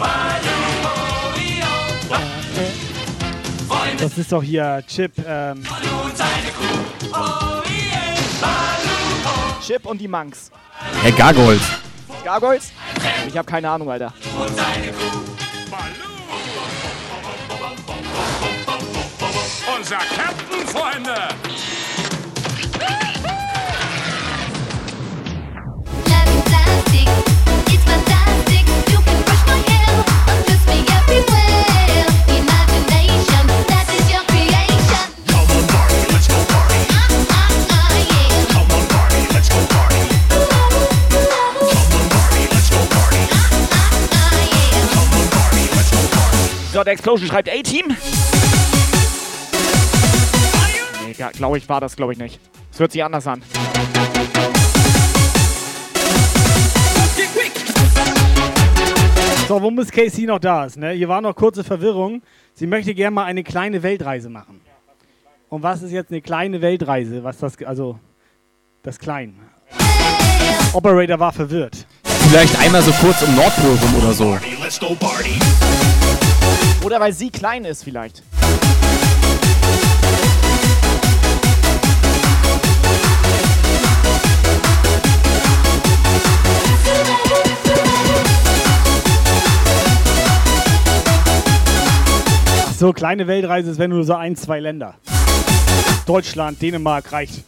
Das ist doch hier Chip. Chip und die Monks. Herr Gargoyles. Gargoyles? Ich habe keine Ahnung, Alter. Unser Captain, Freunde. So, der Explosion schreibt A-Team. Nee, glaube ich, war das, glaube ich nicht. Es hört sich anders an. So, wo Miss Casey noch da ist, ne? Hier war noch kurze Verwirrung. Sie möchte gerne mal eine kleine Weltreise machen. Und was ist jetzt eine kleine Weltreise? Was das, also, das Klein. Operator war verwirrt. Vielleicht einmal so kurz um Nordpol rum oder so. Oder weil sie klein ist vielleicht. Ach so, kleine Weltreise ist, wenn nur so 1, 2 Länder. Deutschland, Dänemark reicht.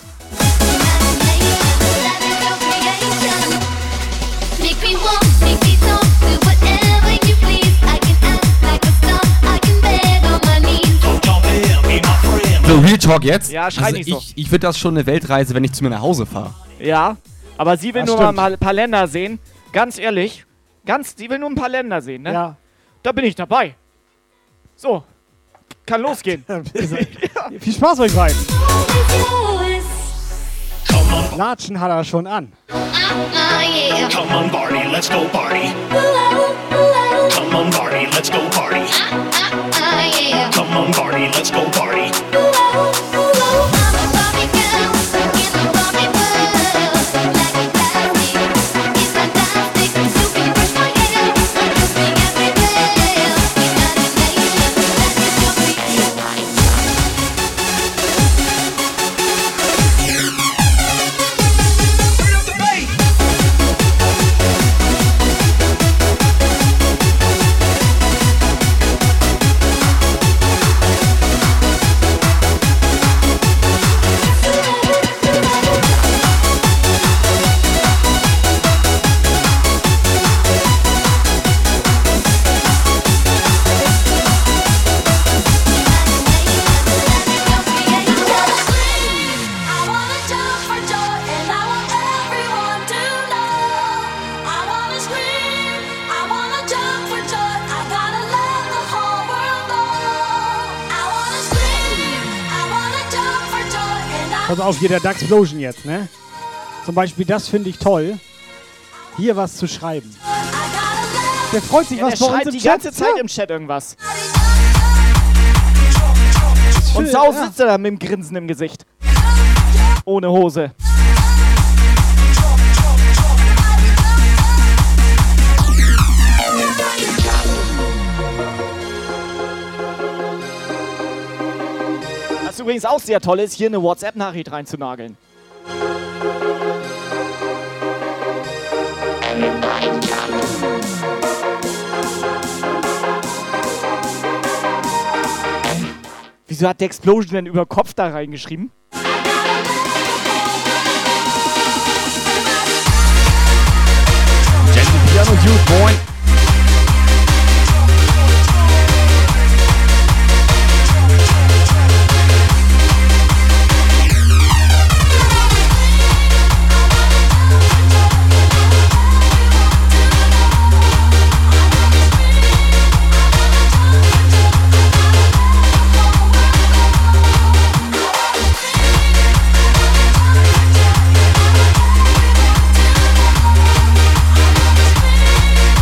So, Real Talk jetzt? Ja, schrei nicht so. Ich finde das schon eine Weltreise, wenn ich zu mir nach Hause fahre. Ja, aber sie will Das nur stimmt. mal ein paar Länder sehen. Ganz ehrlich, sie will nur ein paar Länder sehen, ne? Ja. Da bin ich dabei. So, kann losgehen. Viel Spaß euch beiden. Latschen hat er schon an. Come on, Barney, let's go party. Come on, Barney, let's go party. Come on, Barney, let's go party. Pass auf, hier der Duxplosion jetzt, ne? Zum Beispiel, das finde ich toll. Hier was zu schreiben. Der freut sich, Ja, was der bei uns schreibt im die Chat ganze Zeit ja. im Chat irgendwas. Und Sau sitzt er da mit dem Grinsen im Gesicht. Ohne Hose. Was übrigens auch sehr toll ist, hier eine WhatsApp-Nachricht reinzunageln. Wieso hat der Explosion denn über Kopf da reingeschrieben? Piano Dude, boy.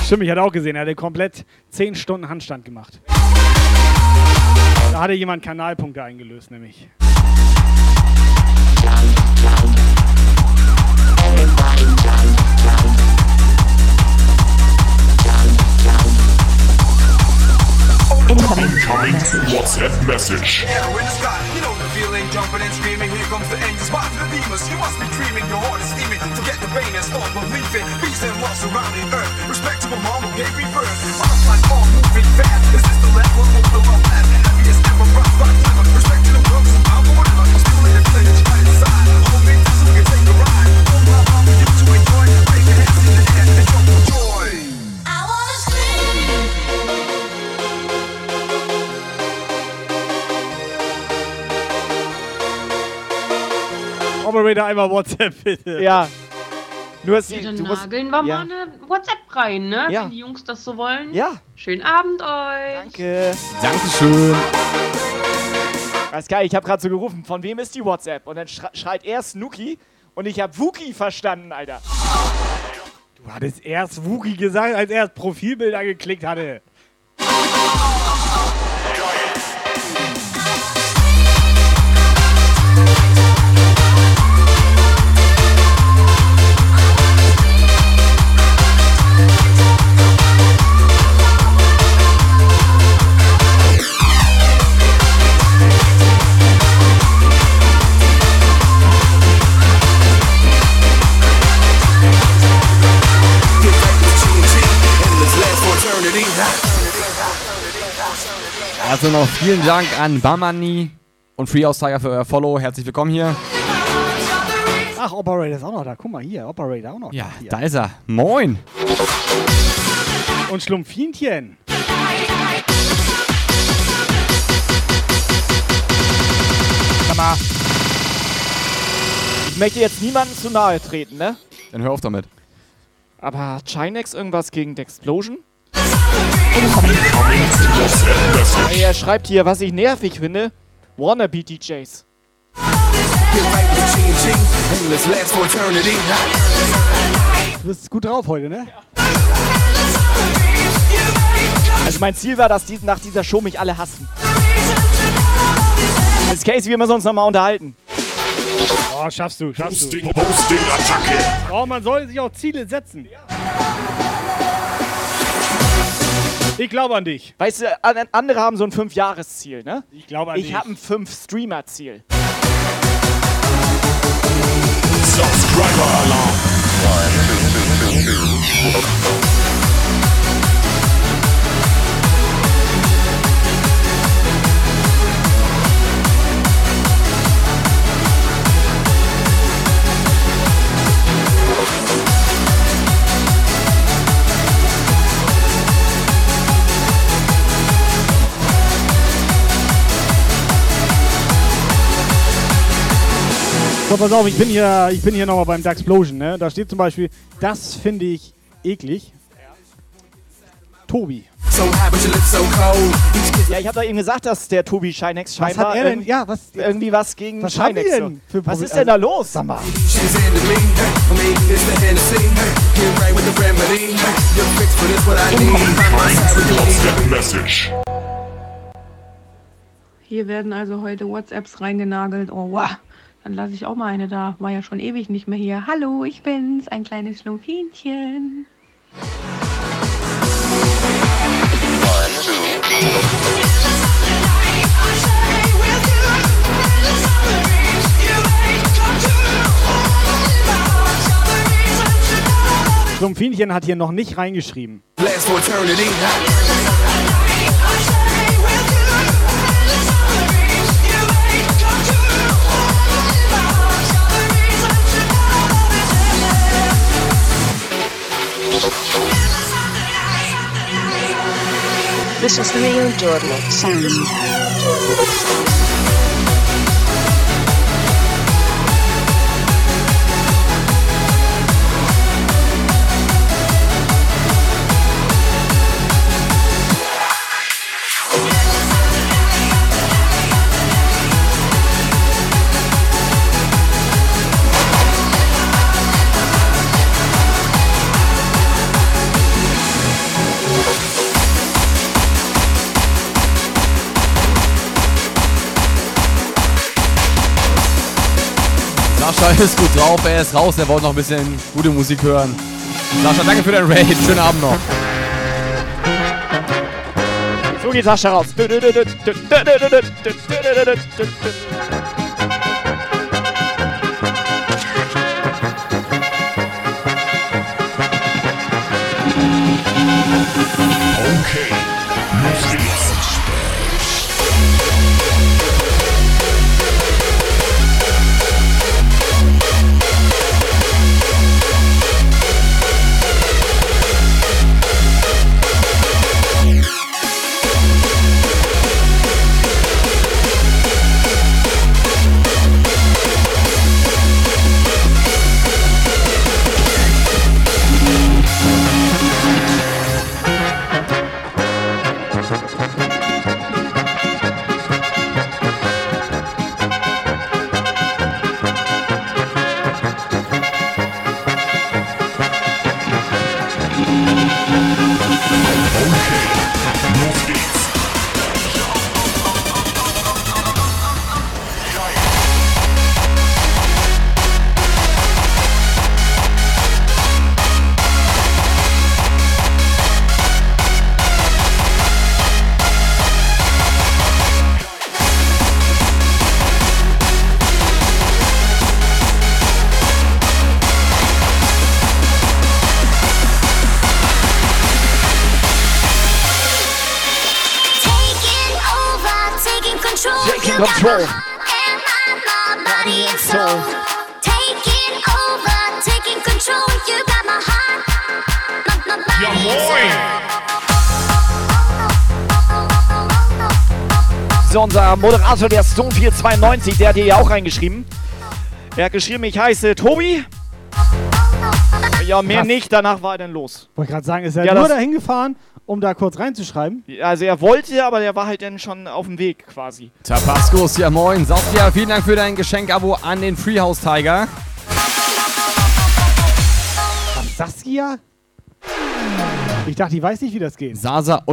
Stimmt, ich hatte auch gesehen, er hatte komplett 10 Stunden Handstand gemacht. Da hatte jemand Kanalpunkte eingelöst, nämlich. Incoming WhatsApp message. Yeah, we're in the sky, you know the feeling, jumping and screaming. Here comes the angels, watch the demons. You must be dreaming, your heart is steaming. Forget the pain and start believing. Peace and love surrounding earth. Respect to a mom who gave me birth. Butterflies all moving fast. Is this the last one? Hope the love lasts. Enemy is never rough, but clever. Respect to the drugs and power, whatever. Still in the village, right inside. All me, so we can take a ride. Oh, my mom, you to enjoy. Raise your hands in the air and jump for joy. I wanna scream. Operator, einmal WhatsApp, bitte. Ja. Nur Ja, dann nageln wir mal eine WhatsApp rein, ne? Ja. Wenn die Jungs das so wollen. Ja. Schönen Abend euch. Danke. Dankeschön. Das ist geil, ich habe gerade so gerufen, von wem ist die WhatsApp? Und dann schreit er Snooki und ich habe Wookie verstanden, Alter. Du hattest erst Wookie gesagt, als er das Profilbild angeklickt hatte. Also noch vielen Dank an Bamani und FreeAusTiger für euer Follow. Herzlich willkommen hier. Ach, Operator ist auch noch da. Guck mal hier, Operator auch noch Ja, da. Hier. da ist er. Moin. Und Schlumpfinchen. Sag mal. Ich möchte jetzt niemandem zu nahe treten, ne? Dann hör auf damit. Aber hat Chinex irgendwas gegen Dexplosion? Er schreibt hier, was ich nervig finde. Wannabe DJs. Du bist gut drauf heute, ne? Also mein Ziel war, dass nach dieser Show mich alle hassen. Miss Casey, wir müssen uns nochmal unterhalten. Oh, schaffst du. Posting-Attacke. Oh, man soll sich auch Ziele setzen. Ich glaube an dich. Weißt du, andere haben so ein 5-Jahres-Ziel, ne? Ich glaube an dich. Ich habe ein 5-Streamer-Ziel. Subscriber-Alarm. So, pass auf, ich bin hier nochmal beim Daxplosion, ne? Da steht zum Beispiel, das finde ich eklig. Tobi. Ja, ich habe doch eben gesagt, dass der Tobi Chinex scheinbar hat er denn? Ja, irgendwie was gegen was haben die Chinex. denn für Was Proble- ist denn da los? Sag mal. Message. Hier werden also heute WhatsApps reingenagelt. Oh, wow. Dann lasse ich auch mal eine da. War ja schon ewig nicht mehr hier. Hallo, ich bin's, ein kleines Schlumpfinchen. Schlumpfinchen hat hier noch nicht reingeschrieben. This is the Real Jordan sound. Sascha ist gut drauf, er ist raus, er wollte noch ein bisschen gute Musik hören. Sascha, danke für dein Raid, schönen Abend noch. So geht Sascha raus. Okay, los geht's. Control. Body and soul. Taking over, taking control. You got my heart, my body Ja, and soul. So, unser Moderator, der Stone492, der hat hier ja auch reingeschrieben. Er hat geschrieben, ich heiße Tobi. Ja, mehr Krass. nicht, danach war er dann los. Wollte gerade sagen, ist er Ja, nur das- dahin gefahren, um da kurz reinzuschreiben? Also er wollte, aber der war halt dann schon auf dem Weg quasi. Tabascos, ja moin. Saskia, vielen Dank für dein Geschenk-Abo an den Freehouse Tiger. Saskia? Ich dachte, die weiß nicht, wie das geht.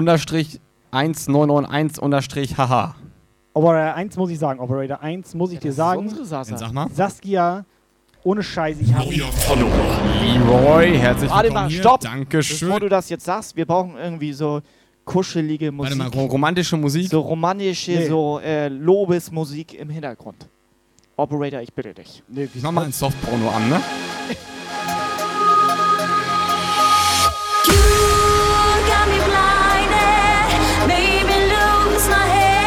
Sasa-1991-haha. Operator 1 muss ich sagen, Operator 1 muss ich dir sagen. Unsere Sasa. Sag mal. Saskia, ohne Scheiße, ich habe Leroy, herzlich Warte willkommen mal, hier. stopp! Dankeschön. Bevor du das jetzt sagst, wir brauchen irgendwie so kuschelige Musik. Warte mal, romantische Musik? So romantische, Nee. so Lobesmusik im Hintergrund. Operator, ich bitte dich. Nee, Ich mach mal ein Softporno an, ne? You got me blinded, made me lose my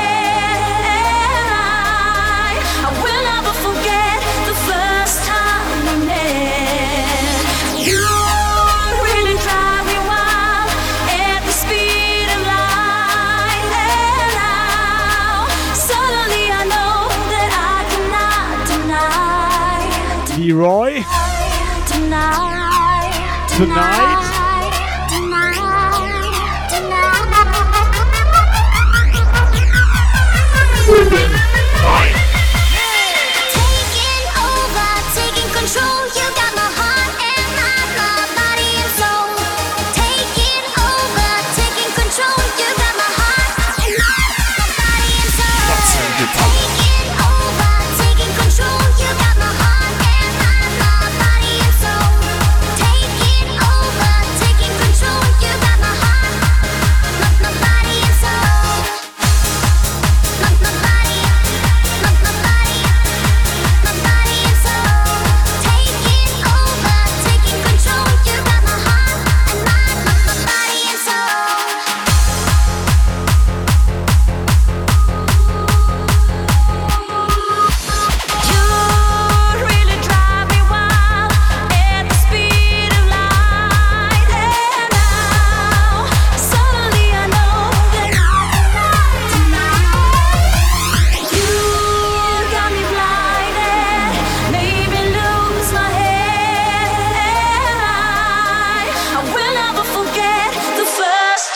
head. I will never forget the first time we met. You really drive me wild at the speed of light. And now, suddenly I know that I cannot deny. Leroy. Tonight. Taking over, taking control. You got my heart and my body and soul. Taking over, taking control. You got my heart and my body and soul. Taking over, taking control. You got my heart and my body and soul. Taking over, taking control. You got my heart, my body and soul. My body, my body and soul. Taking over, taking control. You got my heart and my body and soul. You really drive me wild at the speed of light. And now, suddenly I know that I cannot deny. You got me blinded, made me lose my head. I will never forget the first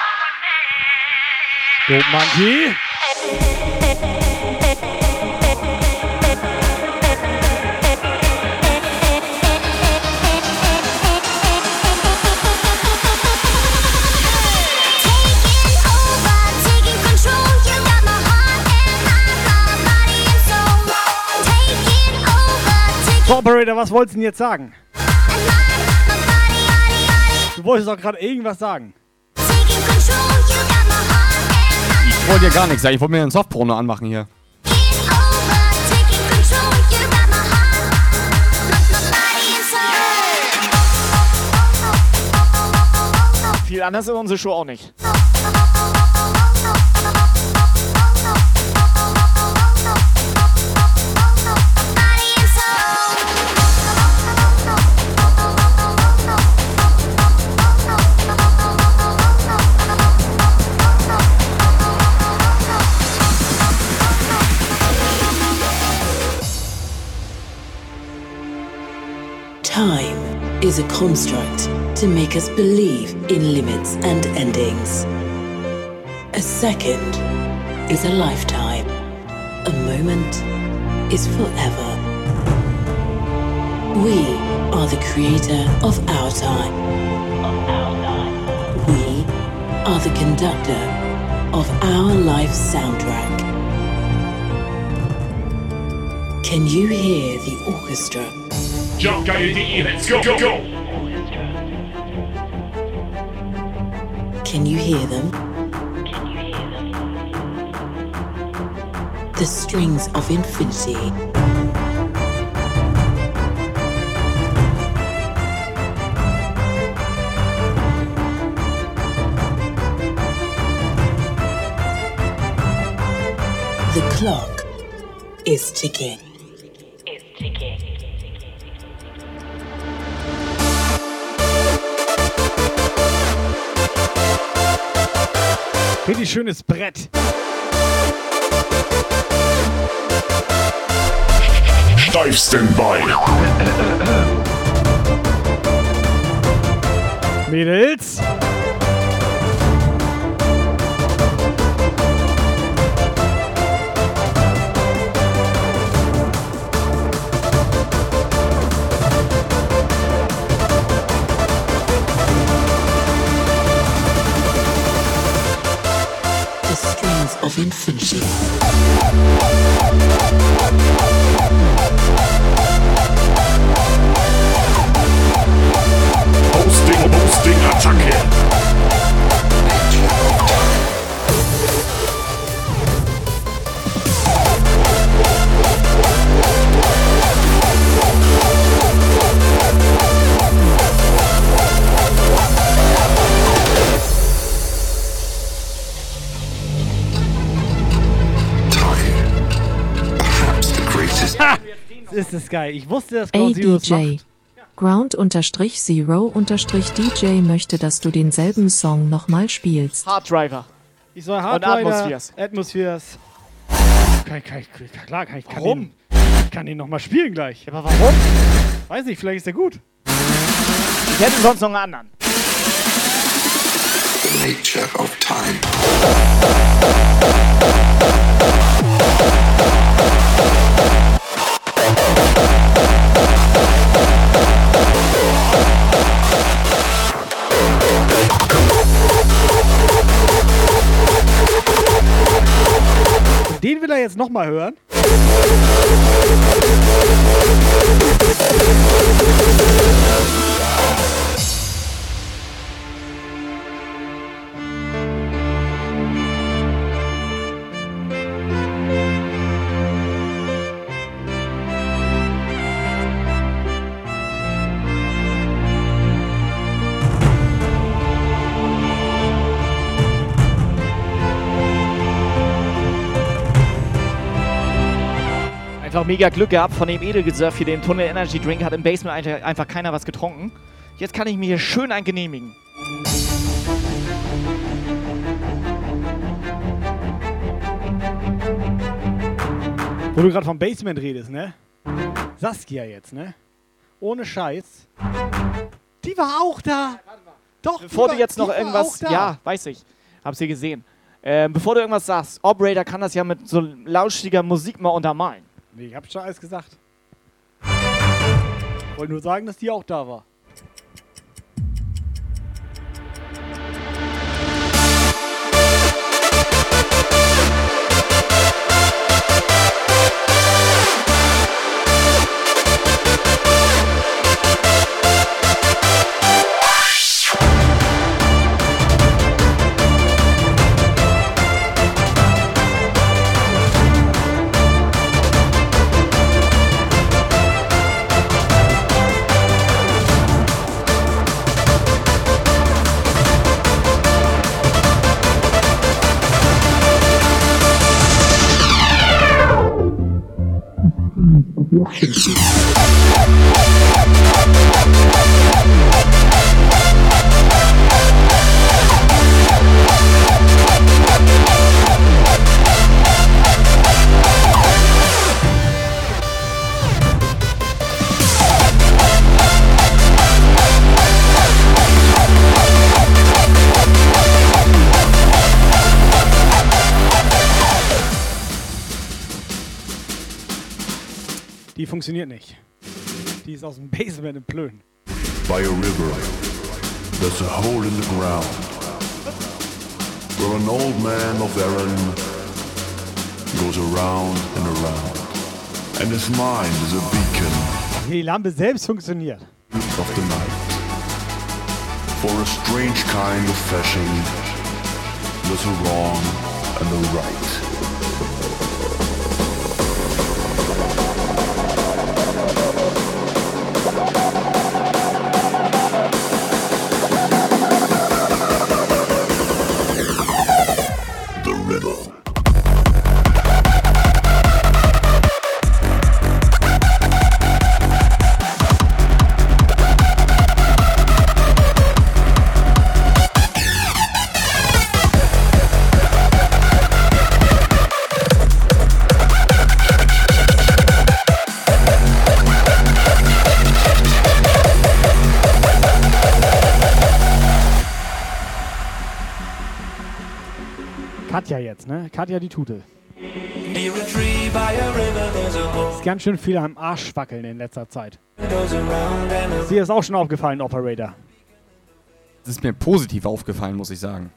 time. Dope Monkey. Taking control, you got my heart and my body and soul. Taking over, Operator, was wolltest du denn jetzt sagen? Du wolltest doch gerade irgendwas sagen. Ich wollte ja gar nichts sagen. Ich wollte mir einen Softporno anmachen hier. Viel anders ist unsere Show auch nicht. Time is a construct to make us believe in limits and endings. A second is a lifetime. A moment is forever. We are the creator of our time. We are the conductor of our life soundtrack. Can you hear the orchestra? JobGuide.de, let's go, go, go! Can you hear them? The strings of infinity. The clock is ticking. Richtig schönes Brett. Steifsten Bein. Mädels. Of infinity. Boosting, Attacke. Ist es geil. Ich wusste, dass Ground Zero das macht. Ground-Zero-DJ möchte, dass du denselben Song nochmal spielst. Hard Driver. Ich soll Hard Driver. Atmospheres. Klar kann ich. Warum? Ich kann den nochmal spielen gleich. Aber warum? Weiß nicht, vielleicht ist der gut. Ich hätte sonst noch einen anderen. The nature of time. Den will er jetzt nochmal hören. Einfach mega Glück gehabt von dem Edelgesöff hier, dem Tunnel Energy Drink, hat im Basement einfach keiner was getrunken. Jetzt kann ich mir hier schön ein genehmigen. Wo du gerade vom Basement redest, ne? Saskia jetzt, ne? Ohne Scheiß. Die war auch da. Doch, bevor du jetzt noch irgendwas... Ja, weiß ich. Hab's hier gesehen. Bevor du irgendwas sagst, Operator kann das ja mit so lauschiger Musik mal untermalen. Nee, ich hab schon alles gesagt. Wollte nur sagen, dass die auch da war. noch finden. Die funktioniert nicht. Die ist aus dem Basement in Plön. By a river, there's a hole in the ground where an old man of Erin goes around and around, and his mind is a beacon Die Lampe selbst funktioniert. of the night. For a strange kind of fashion, there's a wrong and a right. Katja jetzt, ne? Katja die Tute. Ist ganz schön viel am Arsch wackeln in letzter Zeit. Ist dir das auch schon aufgefallen, Operator? Das ist mir positiv aufgefallen, muss ich sagen.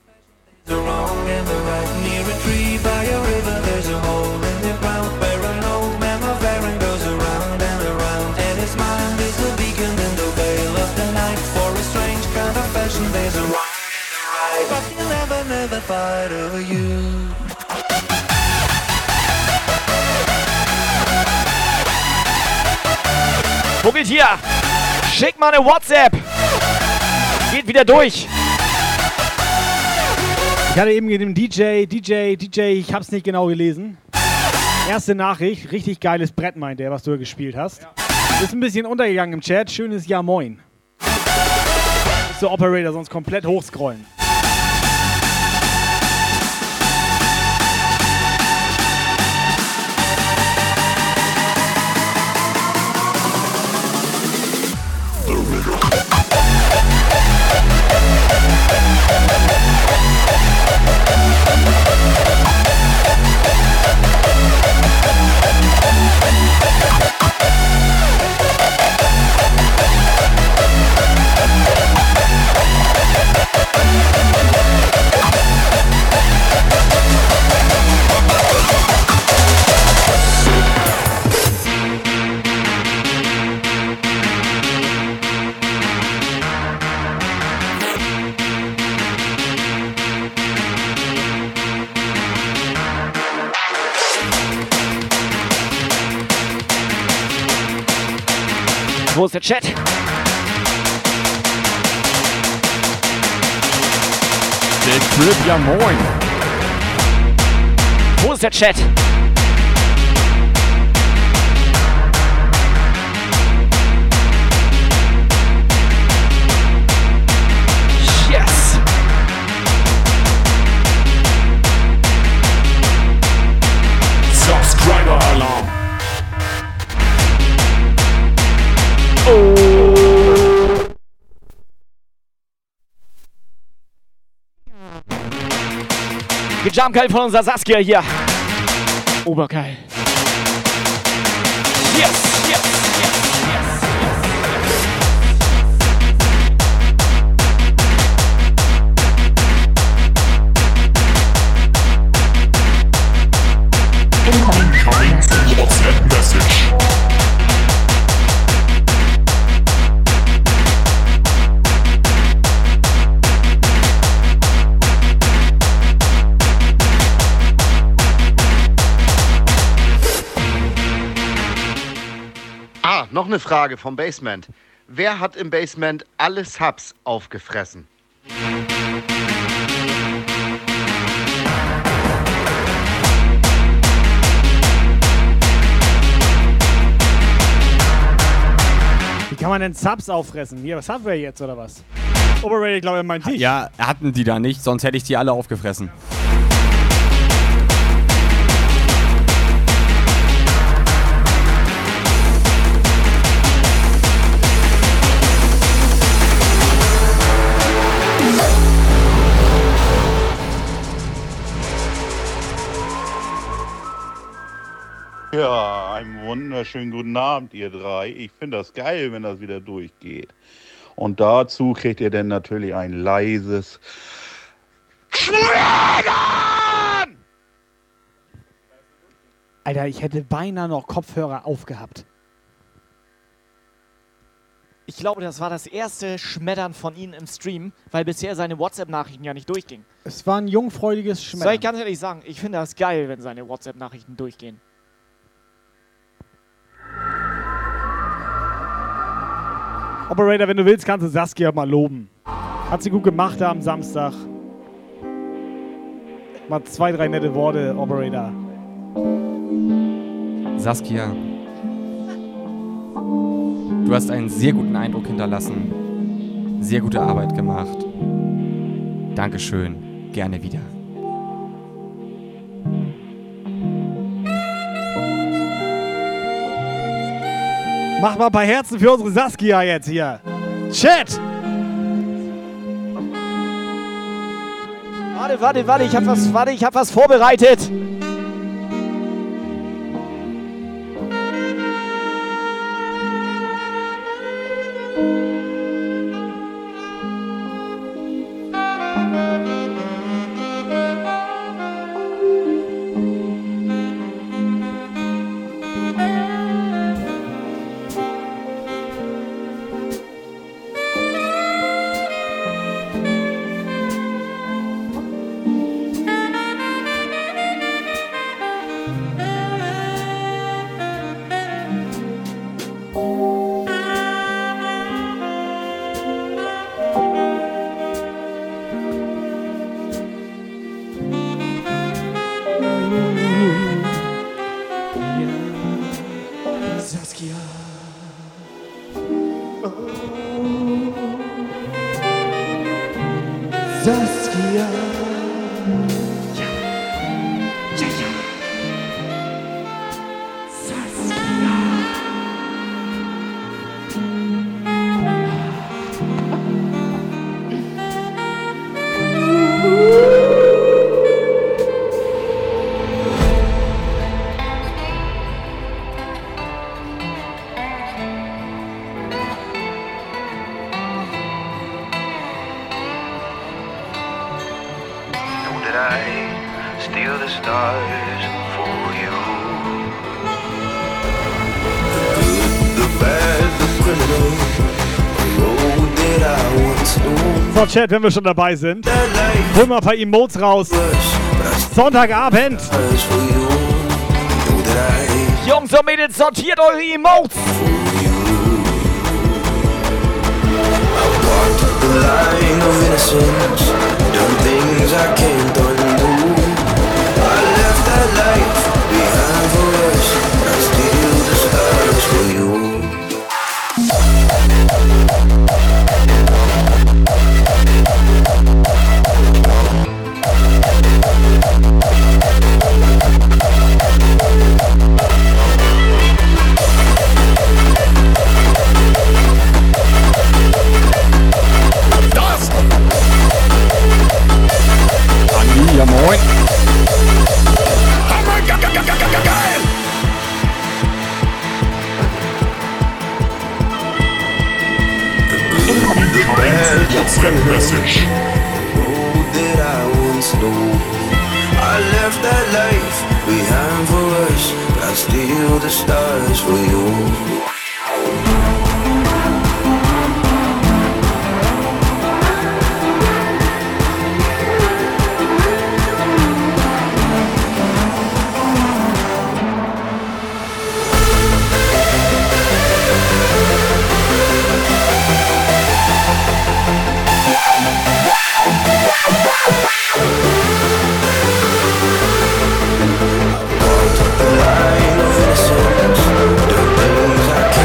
Vogeltier, schick mal eine WhatsApp. Geht wieder durch. Ich hatte eben mit dem DJ, ich hab's nicht genau gelesen. Erste Nachricht, richtig geiles Brett, meint er, was du gespielt hast. Ist ein bisschen untergegangen im Chat, schönes Ja Moin. Ist der Operator, sonst komplett hochscrollen. Wo ist der Chat? Der Trip, ja moin. Wo ist der Chat? Yes! Subscriber Alarm! Gejumpgeil von unserer Saskia hier. Obergeil. Yes, yes, yes, yes, Incoming WhatsApp message. Noch eine Frage vom Basement. Wer hat im Basement alle Subs aufgefressen? kann man denn Subs auffressen? Hier, was haben wir jetzt, oder was? Operator, ich glaube, er meint dich. Ja, hatten die da nicht, sonst hätte ich die alle aufgefressen. Ja, einen wunderschönen guten Abend, ihr drei. Ich finde das geil, wenn das wieder durchgeht. Und dazu kriegt ihr dann natürlich ein leises Schwägern! Alter, ich hätte beinahe noch Kopfhörer aufgehabt. Ich glaube, das war das erste Schmettern von Ihnen im Stream, weil bisher seine WhatsApp-Nachrichten ja nicht durchgingen. Es war ein jungfräuliches Schmettern. Soll ich ganz ehrlich sagen, ich finde das geil, wenn seine WhatsApp-Nachrichten durchgehen. Operator, wenn du willst, kannst du Saskia mal loben. Hat sie gut gemacht da am Samstag. Mal 2, 3 nette Worte, Operator. Saskia, du hast einen sehr guten Eindruck hinterlassen. Sehr gute Arbeit gemacht. Dankeschön. Gerne wieder. Mach mal ein paar Herzen für unsere Saskia jetzt hier. Chat! Warte, ich hab was vorbereitet. So, Chat, wenn wir schon dabei sind, holen wir ein paar Emotes raus. Sonntagabend. Jungs und Mädels, sortiert eure Emotes. Ja, moin. Message. That I once knew. I left that life behind for us, but I steal the stars for you. The line of innocence, the things I can't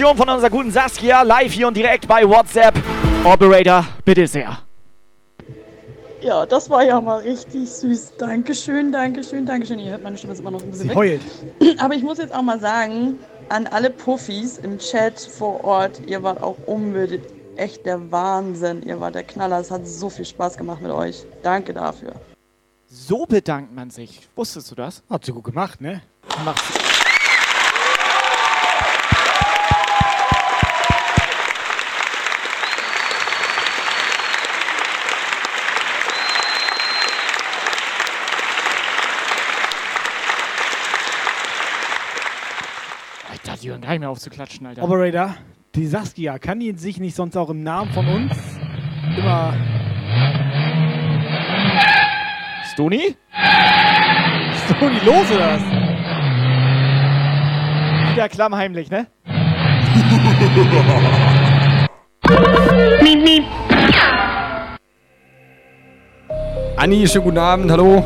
Reaktion von unserer guten Saskia live hier und direkt bei WhatsApp. Operator, bitte sehr. Ja, das war ja mal richtig süß. Dankeschön, Dankeschön, Dankeschön. Ihr hört meine Stimme ist immer noch ein bisschen Sie heult. Aber ich muss jetzt auch mal sagen, an alle Puffis im Chat vor Ort, ihr wart auch unwürdig. Echt der Wahnsinn. Ihr wart der Knaller. Es hat so viel Spaß gemacht mit euch. Danke dafür. So bedankt man sich. Wusstest du das? Hat sie gut gemacht, ne? Macht sie. Alter, die hören gar nicht mehr auf zu klatschen, Alter. Operator, die Saskia, kann die sich nicht sonst auch im Namen von uns immer... Stoni? Stoni, los oder was? Wieder klammheimlich, ne? Anni, schönen guten Abend, hallo.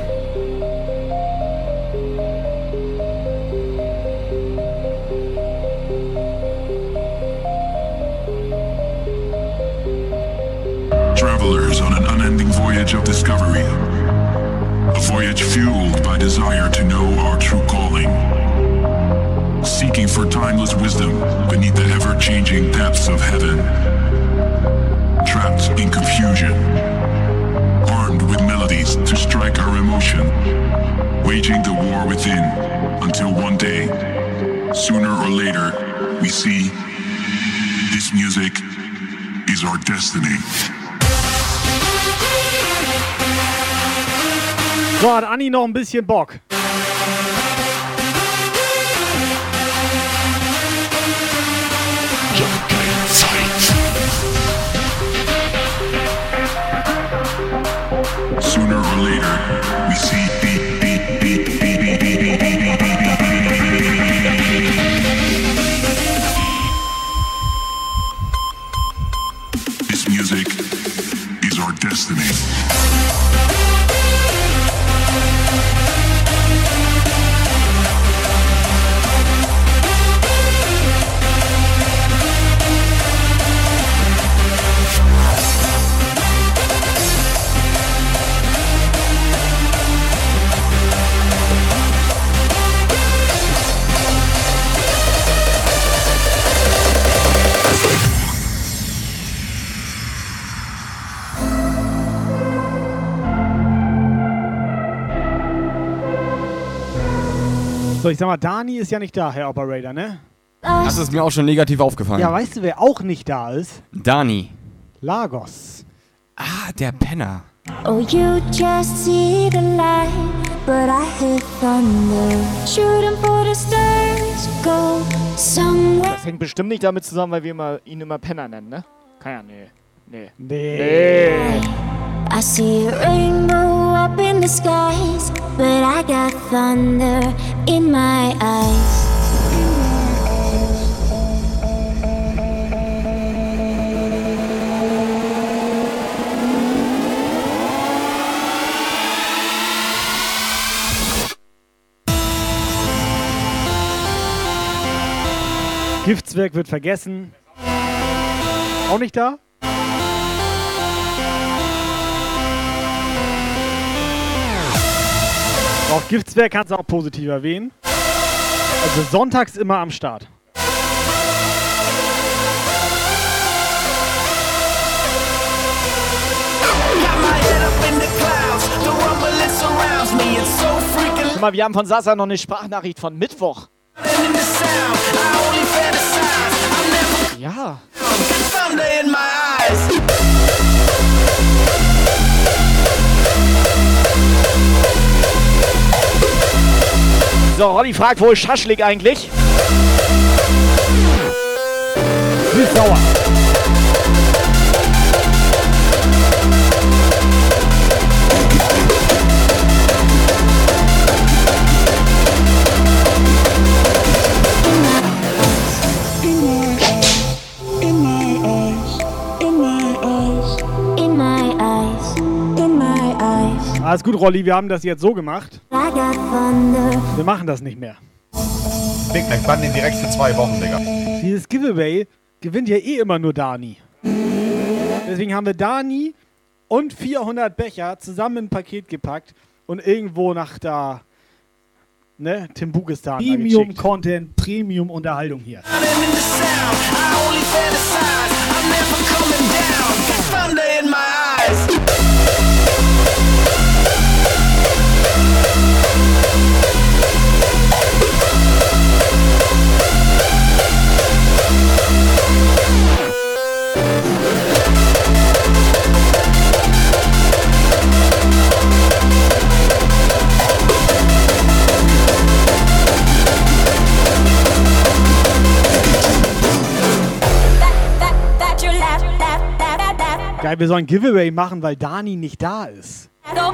Travelers on an unending voyage of discovery. A voyage fueled by desire to know our true calling. Seeking for timeless wisdom beneath the ever-changing depths of heaven. Trapped in confusion. Armed with melodies to strike our emotion. Waging the war within until one day, sooner or later, we see this music is our destiny. So, hat Anni noch ein bisschen Bock. Sooner or later, we see this music is our destiny. So, ich sag mal, Dani ist ja nicht da, Herr Operator, ne? Das ist mir auch schon negativ aufgefallen. Ja, weißt du, wer auch nicht da ist? Dani. Lagos. Ah, der Penner. Oh, you just see the light, but I hear thunder. Shooting for the stars, go somewhere. Das hängt bestimmt nicht damit zusammen, weil wir ihn immer Penner nennen, ne? Kann ja, nee. I see a rainbow up in the skies, but I got thunder in my eyes. Giftzwerg wird vergessen. Auch nicht da? Auch Giftzwerg kannst du auch positiv erwähnen. Also sonntags immer am Start. Guck mal, wir haben von Sasa noch eine Sprachnachricht von Mittwoch. Ja. So, Rolli fragt, wo ist Schaschlik eigentlich? Süß-sauer. Alles gut, Rolli, wir haben das jetzt so gemacht. Wir machen das nicht mehr. Big Mac, bann den direkt für 2 Wochen, Digga. Dieses Giveaway gewinnt ja eh immer nur Dani. Deswegen haben wir Dani und 400 Becher zusammen in ein Paket gepackt und irgendwo nach da, ne, Timbukistan Premium-Content, Premium-Unterhaltung hier. Geil, wir sollen ein Giveaway machen, weil Dani nicht da ist. Mach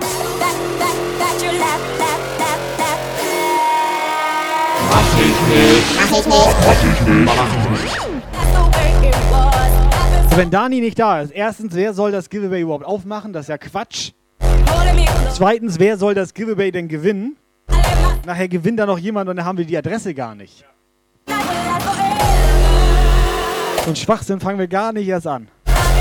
ich nicht. So, wenn Dani nicht da ist, erstens, wer soll das Giveaway überhaupt aufmachen? Das ist ja Quatsch. Zweitens, wer soll das Giveaway denn gewinnen? Nachher gewinnt da noch jemand und dann haben wir die Adresse gar nicht. So ein Schwachsinn fangen wir gar nicht erst an.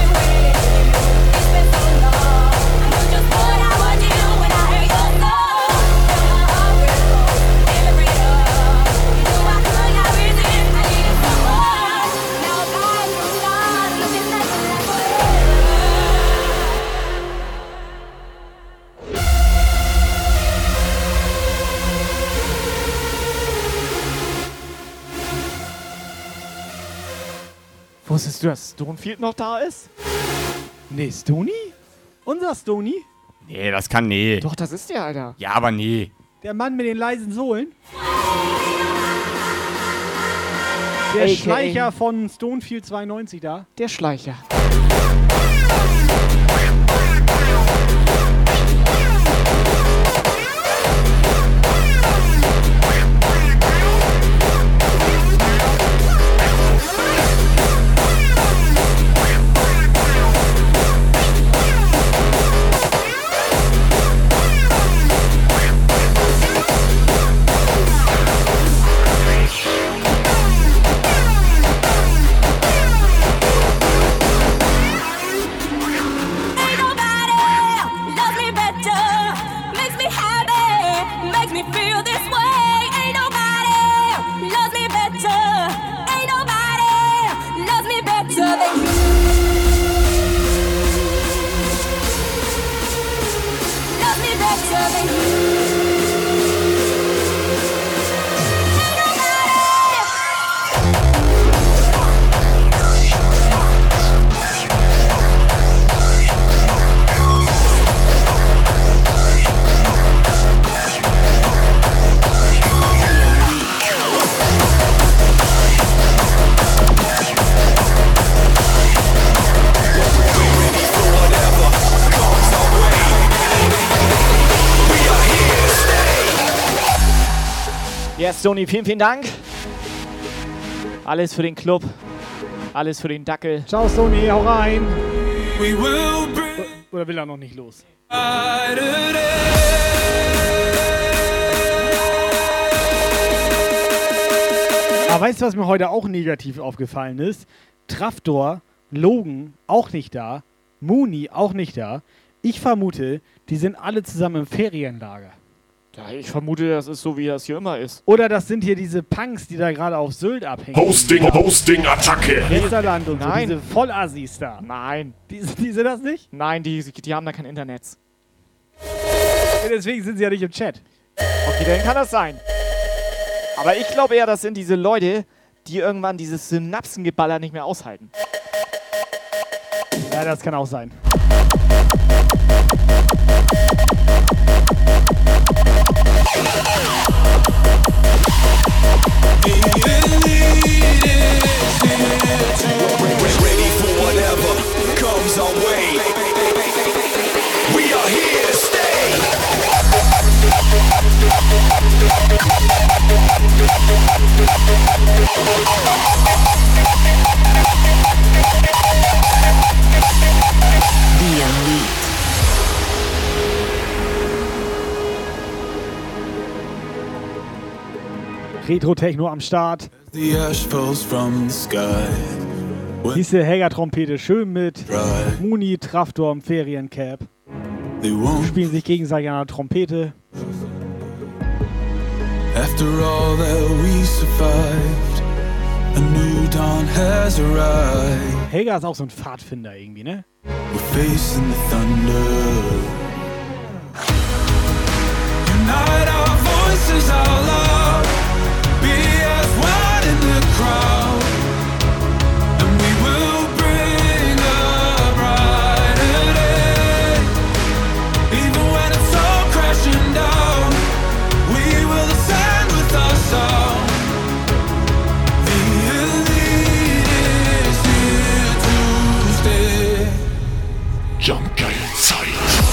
Wusstest du, dass Stonefield noch da ist? Nee, Stony? Unser Stony? Nee, das kann nee. Doch, das ist der, Alter. Ja, aber nee. Der Mann mit den leisen Sohlen? Der AKA. Schleicher von Stonefield 92 da? Der Schleicher. Ja, Sony, vielen, vielen Dank. Alles für den Club. Alles für den Dackel. Ciao, Sony, hau rein. Oder will er noch nicht los? Aber weißt du, was mir heute auch negativ aufgefallen ist? Trafdor, Logan, auch nicht da. Mooney, auch nicht da. Ich vermute, die sind alle zusammen im Ferienlager. Ja, ich vermute, das ist so, wie das hier immer ist. Oder das sind hier diese Punks, die da gerade auf Sylt abhängen. Hosting-Attacke. Westerland und so, Nein. diese Vollassis da. Nein. Die sind das nicht? Nein, die haben da kein Internet. Ja, deswegen sind sie ja nicht im Chat. Okay, dann kann das sein. Aber ich glaube eher, das sind diese Leute, die irgendwann dieses Synapsengeballer nicht mehr aushalten. Ja, das kann auch sein. Ready for whatever comes our way. We are here to stay. The Elite. Retro-Techno am Start. The ash falls from the sky. Diese Helga-Trompete schön mit Muni Traftor im Feriencap. Spielen sich gegenseitig an der Trompete. After all that we survived, a new dawn has arrived. Helga ist auch so ein Pfadfinder irgendwie, ne? We're facing the thunder. Unite our voices out loud. Be as one in the crowd. And we will bring a brighter day. Even when it's all crashing down, we will ascend with our sound. The elite is here to stay. Jump geil Zeit.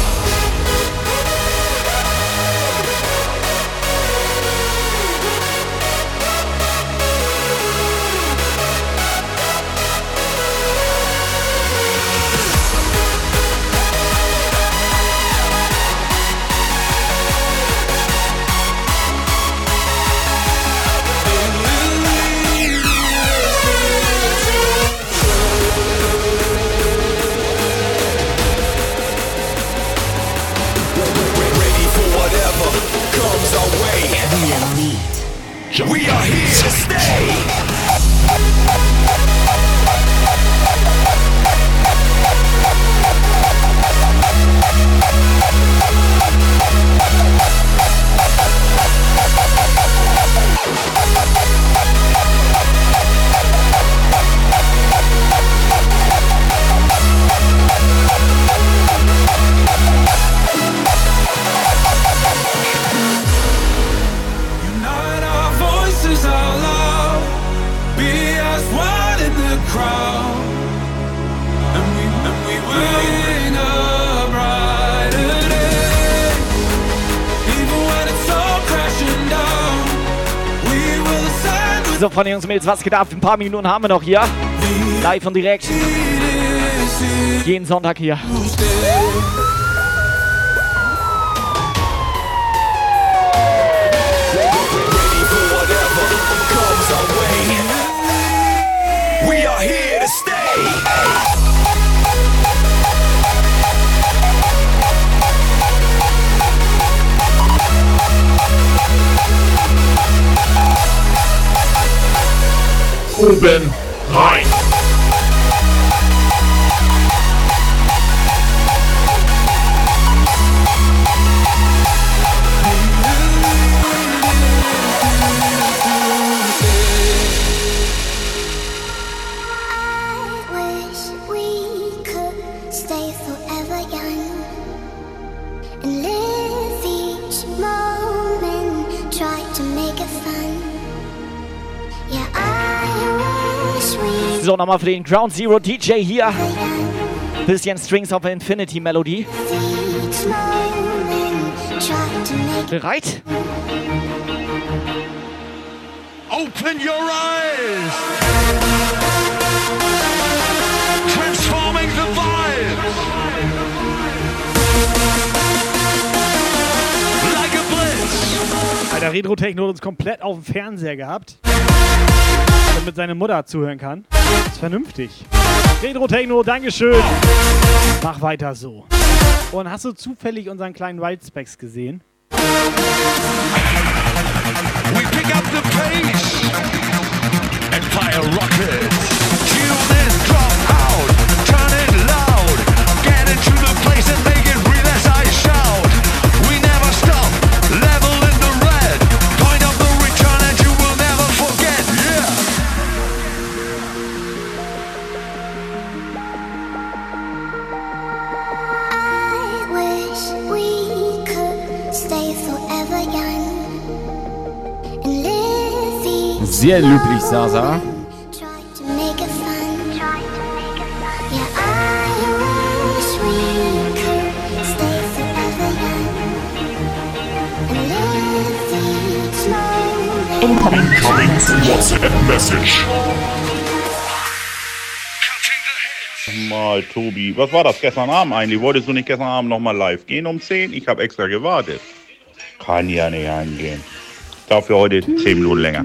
We are here to stay. Unite our voices out loud. Be as one in the crowd. And we will bring a brighter day. Even when it's all crashing down, we will ascend with So, Freunde, Jungs und Mädels, was geht ab? Ein paar Minuten haben wir noch hier. Live und direkt. Jeden Sonntag hier. We are here to stay. Oben rein. So, nochmal für den Ground Zero DJ hier. Bisschen Strings of Infinity Melody. Bereit? Open your eyes. Transforming the vibe. Like a blitz. Alter, Retro-Techno hat uns komplett auf dem Fernseher gehabt. Damit seine Mutter zuhören kann. Das ist vernünftig. Retro-Techno, Dankeschön. Mach weiter so. Und hast du zufällig unseren kleinen Wildspecs gesehen? We pick up the pace and fire rockets. Tune in, drop out, turn it loud. Get into the place and make it real as I shout. We never stop, level in the red. Point of the return and you will never forget. Yeah. I wish we could stay forever young. Sehr löblich, Sasa. Incoming WhatsApp Message. Mal, Tobi, was war das gestern Abend eigentlich? Wolltest du nicht gestern Abend nochmal live gehen um 10? Ich habe extra gewartet. Kann ja nicht angehen. Dafür heute 10 Minuten länger.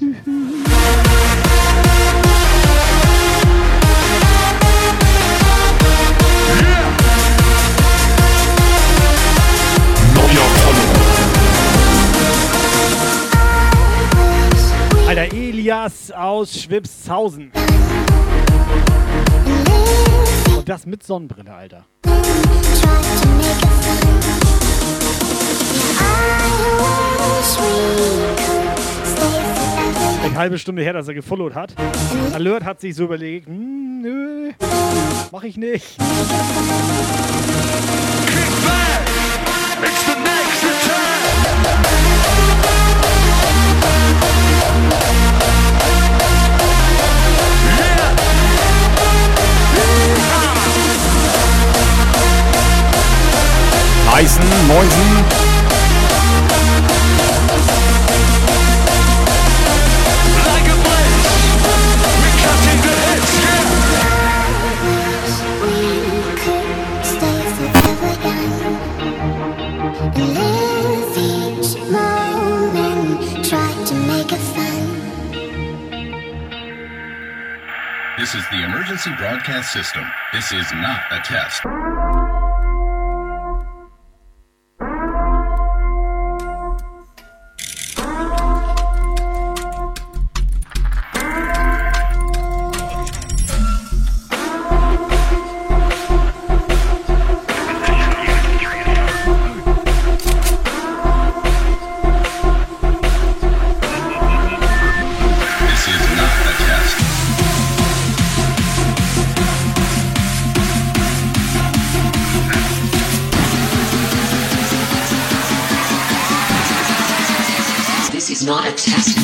Alter, Elias aus Schwibshausen. Und das mit Sonnenbrille, Alter. Eine halbe Stunde her, dass er gefollowt hat. Alert hat sich so überlegt, nö, mach ich nicht. Heißen, Mäusen. This is the emergency broadcast system. This is not a test. Not a test.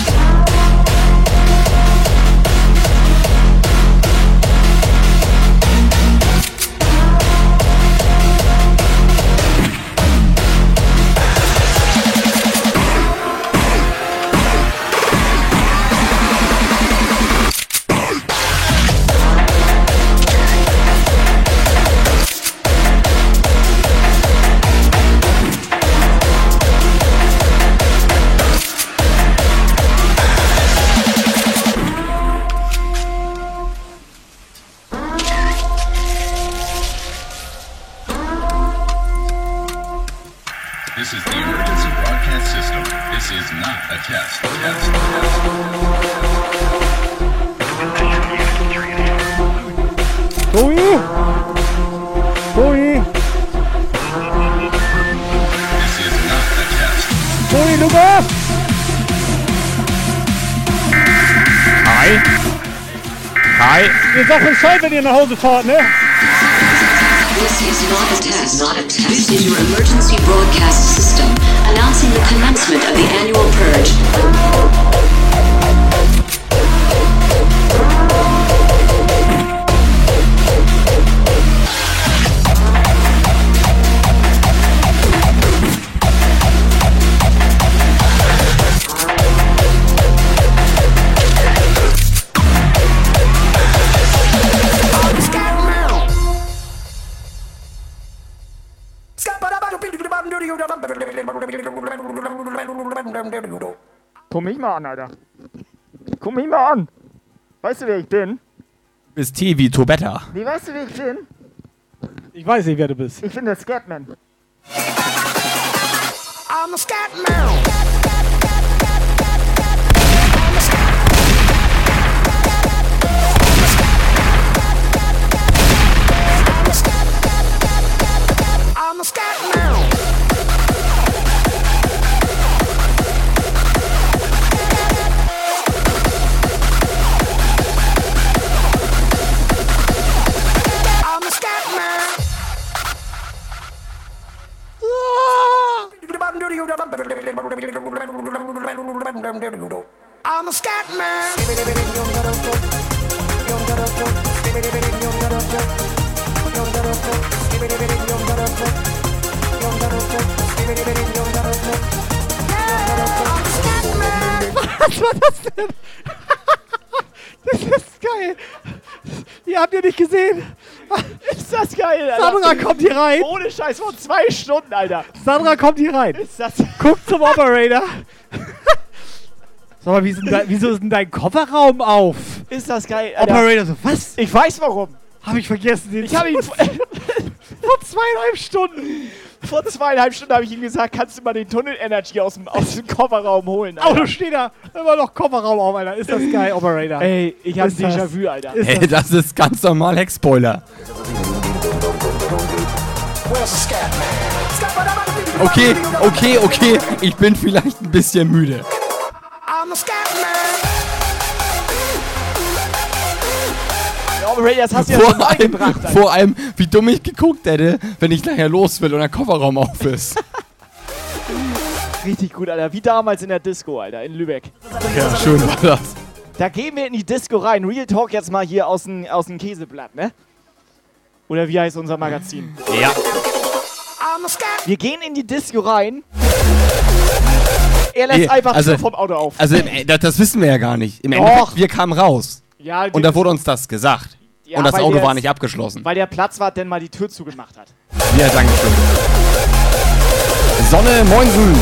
This is the emergency broadcast system. This is not a test. Tobi? Tobi? This is not a test. Tobi, Luca? Hi. Hi. Ihr sagt Bescheid, wenn ihr nach Hause fahrt, ne? This is not a test. Not a test. This is your emergency broadcast system announcing the commencement of the annual purge. Guck mich mal an, Alter. Guck mich mal an. Weißt du, wer ich bin? Du bist T wie Tobetta. Nee, weißt du, wer ich bin? Ich weiß nicht, wer du bist. Ich bin der Scatman. I'm the Scatman. I'm the Scatman. I'm a scat man. Was war das denn? Das ist geil. Ihr habt ihr nicht gesehen. Ist das geil, Alter. Sandra kommt hier rein. Ohne Scheiß, von 2 Stunden, Alter. Sandra kommt hier rein. Ist das... Guckt zum Operator. Sag mal, wieso ist denn dein Kofferraum auf? Ist das geil, Alter. Operator so, was? Ich weiß warum. Hab ich vergessen. Ich habe ihn vor 2,5 Stunden. Vor 2,5 Stunden habe ich ihm gesagt, kannst du mal den Tunnel Energy aus dem Kofferraum holen, Alter. Auto steht da immer noch Kofferraum auf, Alter. Ist das geil, Operator? Ey, ich hab Déjà-vu, Alter. Ey, das ist ganz normal Heckspoiler. Okay. Ich bin vielleicht ein bisschen müde. Operator, das hast du ja schon mal gebracht, Alter. Vor allem, wie dumm ich geguckt hätte, wenn ich nachher los will und der Kofferraum auf ist. Richtig gut, Alter. Wie damals in der Disco, Alter, in Lübeck. Ja, schön war das. Da gehen wir in die Disco rein. Real Talk jetzt mal hier aus dem Käseblatt, ne? Oder wie heißt unser Magazin? Ja. Wir gehen in die Disco rein. Er lässt einfach so vom Auto auf. Also, das wissen wir ja gar nicht. Im Endeffekt, wir kamen raus. Ja, und da wurde uns das gesagt. Ja, und das Auto war nicht abgeschlossen. Weil der Platzwart denn mal die Tür zugemacht hat. Ja, danke schön. Sonne, Moinsen.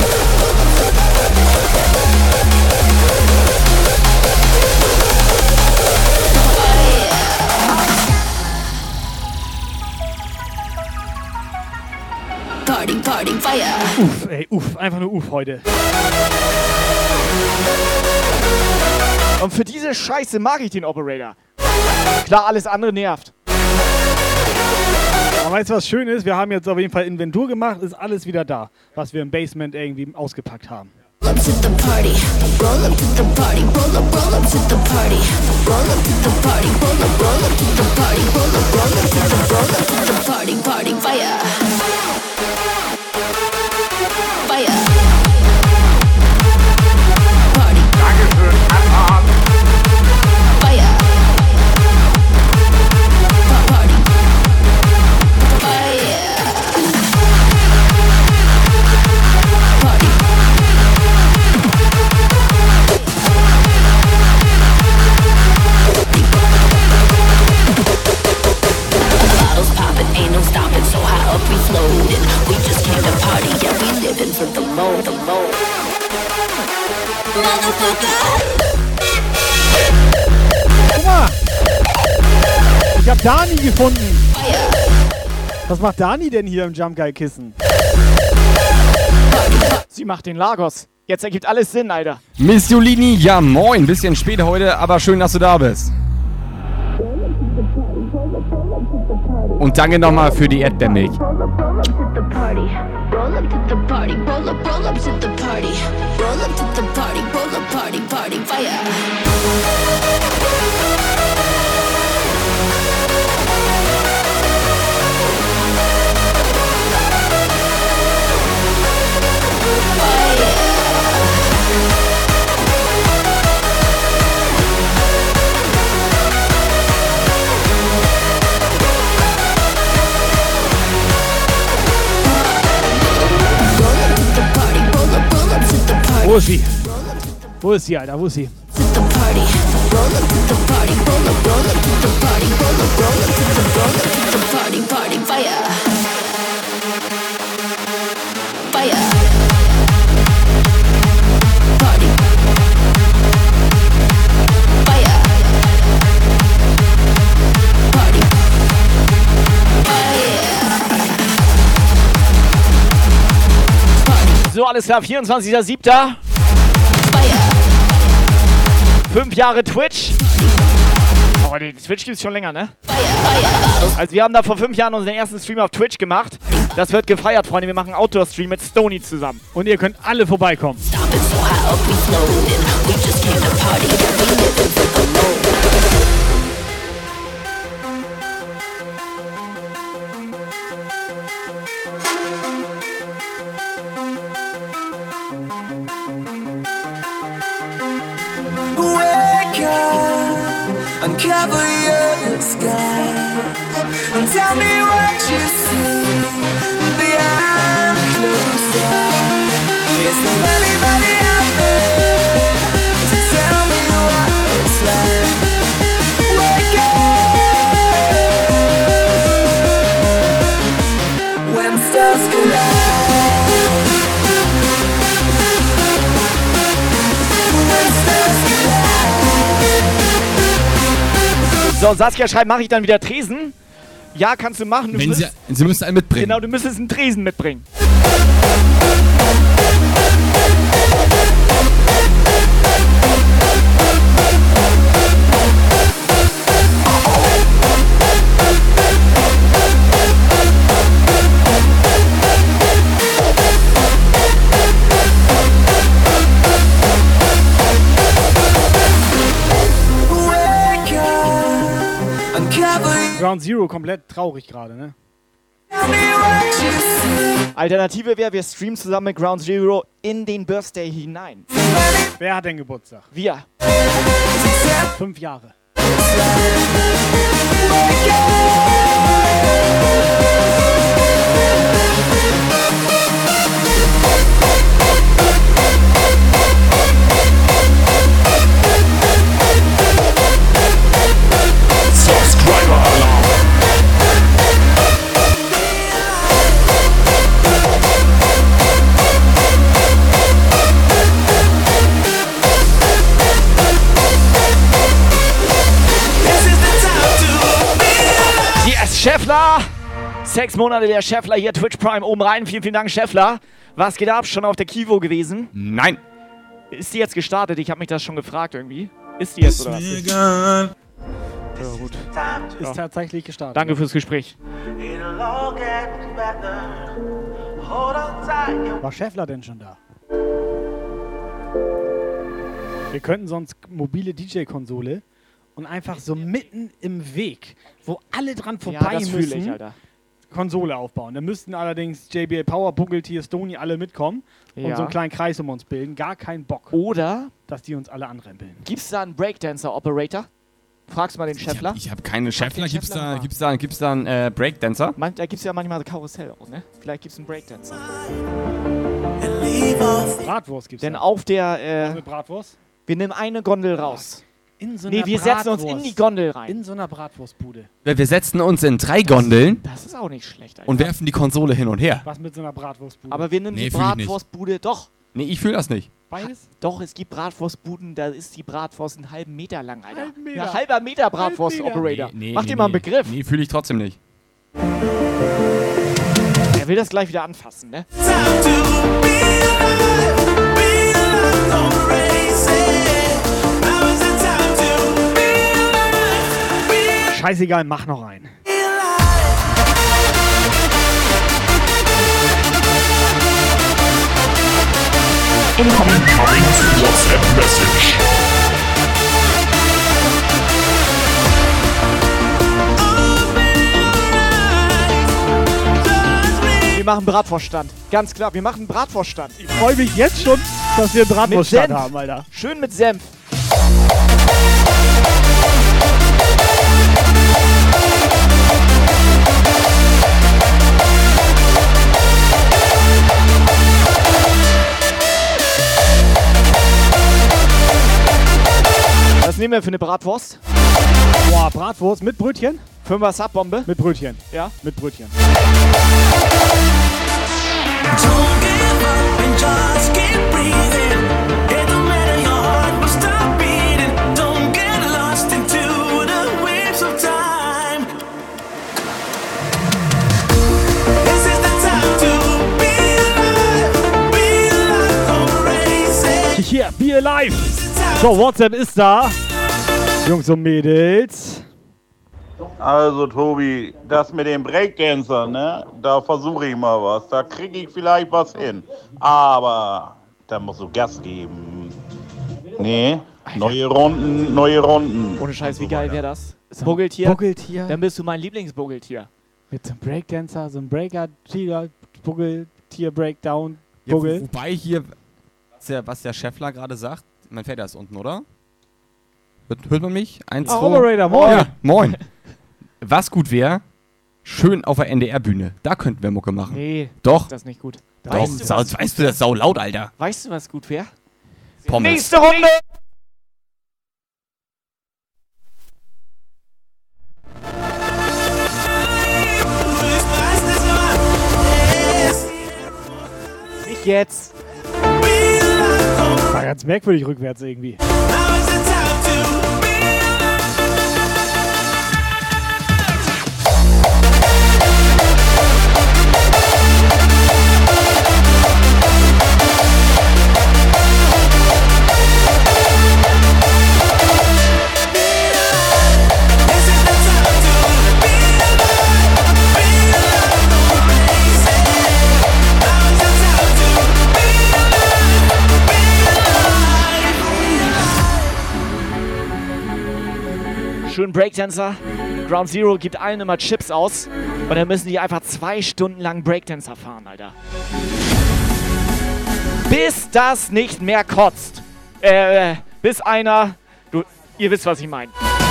Party, fire. Einfach nur heute. Und für diese Scheiße mag ich den Operator. Klar, alles andere nervt. Aber weißt du, was schön ist? Wir haben jetzt auf jeden Fall Inventur gemacht, ist alles wieder da, was wir im Basement irgendwie ausgepackt haben. Roll up to the party, roll up to the party, roll up to the party, roll up to the party, roll up to the party, roll up to the party, fire. Fire. Party. Dankeschön, Anfahrt. Fire. Party. Fire. Party. Bottles popping, ain't no stopping, so high up we floating. We just came to party, yeah, we living for the mo, Motherfucker! Guck mal! Ich hab Dani gefunden! Was macht Dani denn hier im Jump Guy Kissen? Sie macht den Lagos. Jetzt ergibt alles Sinn, Alter. Miss Julini, ja moin. Bisschen spät heute, aber schön, dass du da bist. Und danke nochmal für die Erdbeermilch. Roll up to the party, roll up to the party, roll up to the party, roll up to the party, party, fire. Wo ist sie? Wo ist sie, Alter? Wo ist sie? Party, fire. Fire. Party. Fire. Party. So, alles klar, 24.07. 5 Jahre Twitch. Aber die Twitch gibt es schon länger, ne? Also wir haben da vor 5 Jahren unseren ersten Stream auf Twitch gemacht. Das wird gefeiert, Freunde. Wir machen Outdoor-Stream mit Stony zusammen. Und ihr könnt alle vorbeikommen. Uncover your sky and tell me what you see behind closed eyes. Is there anybody out there to tell me what it's like? Wake up when stars collide. When stars So, Saskia schreibt, mache ich dann wieder Tresen? Ja, kannst du machen. Wenn sie müsste einen mitbringen. Genau, du müsstest einen Tresen mitbringen. Ground Zero komplett traurig gerade, ne? Alternative wäre, wir streamen zusammen mit Ground Zero in den Birthday hinein. Wer hat denn Geburtstag? Wir. 5 Jahre. Subscriber Alarm. Yes, Scheffler! 6 Monate der Scheffler hier, Twitch Prime oben rein. Vielen, vielen Dank, Scheffler. Was geht ab? Schon auf der Kivo gewesen? Nein. Ist die jetzt gestartet? Ich habe mich das schon gefragt irgendwie. Ist die jetzt oder was? Ja, gut. Ist tatsächlich gestartet. Danke fürs Gespräch. War Scheffler denn schon da? Wir könnten sonst mobile DJ-Konsole und einfach so mitten im Weg, wo alle dran vorbei das fühl ich, müssen, Alter. Konsole aufbauen. Da müssten allerdings JBL Power, Boogeltier, Stony alle mitkommen und Ja. so einen kleinen Kreis um uns bilden. Gar keinen Bock. Oder dass die uns alle anrempeln. Gibt's da einen Breakdancer-Operator? Fragst mal den Scheffler. Ich hab keine Scheffler. Gibt's Scheffler da einen Breakdancer? Da gibt's ja manchmal Karussell auch, ne? Vielleicht gibt's einen Breakdancer. Bratwurst gibt's Denn da. auf der, Was mit Bratwurst? wir nehmen eine Gondel raus. In so Nee, einer wir setzen uns in Bratwurst. die Gondel rein. In so einer Bratwurstbude. Wir setzen uns in 3 Gondeln Das ist auch nicht schlecht, Alter. und werfen die Konsole hin und her. Was mit so einer Bratwurstbude? Aber wir nehmen Nee, die fühl ich nicht. Bratwurstbude, doch. Nee, ich fühle das nicht. Beides? Doch, es gibt Bratwurstbuden, da ist die Bratwurst einen halben Meter lang, Alter. Halben Meter. Ein halber Meter Bratwurst-Operator. Mach dir mal einen Begriff. Nee, fühle ich trotzdem nicht. Er will das gleich wieder anfassen, ne? Scheißegal, mach noch einen. Incoming WhatsApp Message. Wir machen Bratwurststand. Ganz klar, wir machen Bratwurststand. Ich freue mich jetzt schon, dass wir einen Bratwurststand haben, Alter. Schön mit Senf. Was nehmen wir für eine Bratwurst? Boah, Bratwurst mit Brötchen? 5er Subbombe? Mit Brötchen. Ja? Mit Brötchen. Hier, Be Alive. So, WhatsApp ist da. Jungs und Mädels. Also Tobi, das mit dem Breakdancer, ne? Da versuche ich mal was. Da kriege ich vielleicht was hin. Aber da musst du Gas geben. Nee, neue Runden, neue Runden. Ohne Scheiß, wie geil wäre das? Buggeltier? Buggeltier. Dann bist du mein Lieblingsbuggeltier. Mit so einem Breakdancer, so einem Breaker, Tiger, Buggeltier, Breakdown, Ja, Buggel. wobei hier, was der Scheffler gerade sagt, mein Vater ist unten, oder? Hört man mich? 1, 2. Operator, moin. Ja, moin. Was gut wäre, schön auf der NDR-Bühne. Da könnten wir Mucke machen. Nee, Doch. das ist nicht gut. Doch, Weißt du, was- weißt du, das ist sau laut, Alter. Weißt du, was gut wäre? Pommes. Nächste Runde! Nicht jetzt. War ganz merkwürdig rückwärts irgendwie. Breakdancer. Ground Zero gibt allen immer Chips aus. Und dann müssen die einfach 2 Stunden lang Breakdancer fahren, Alter. Bis das nicht mehr kotzt. Bis einer... Ihr wisst, was ich meine.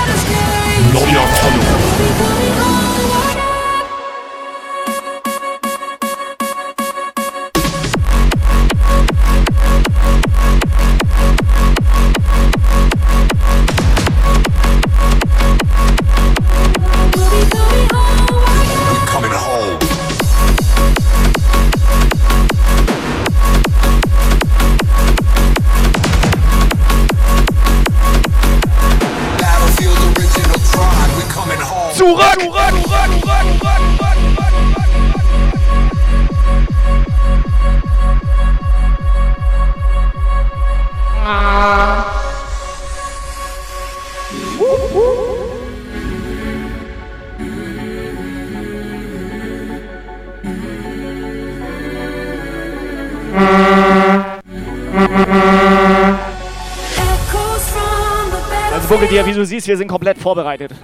Also Buckel dir, wie du siehst, wir sind komplett vorbereitet.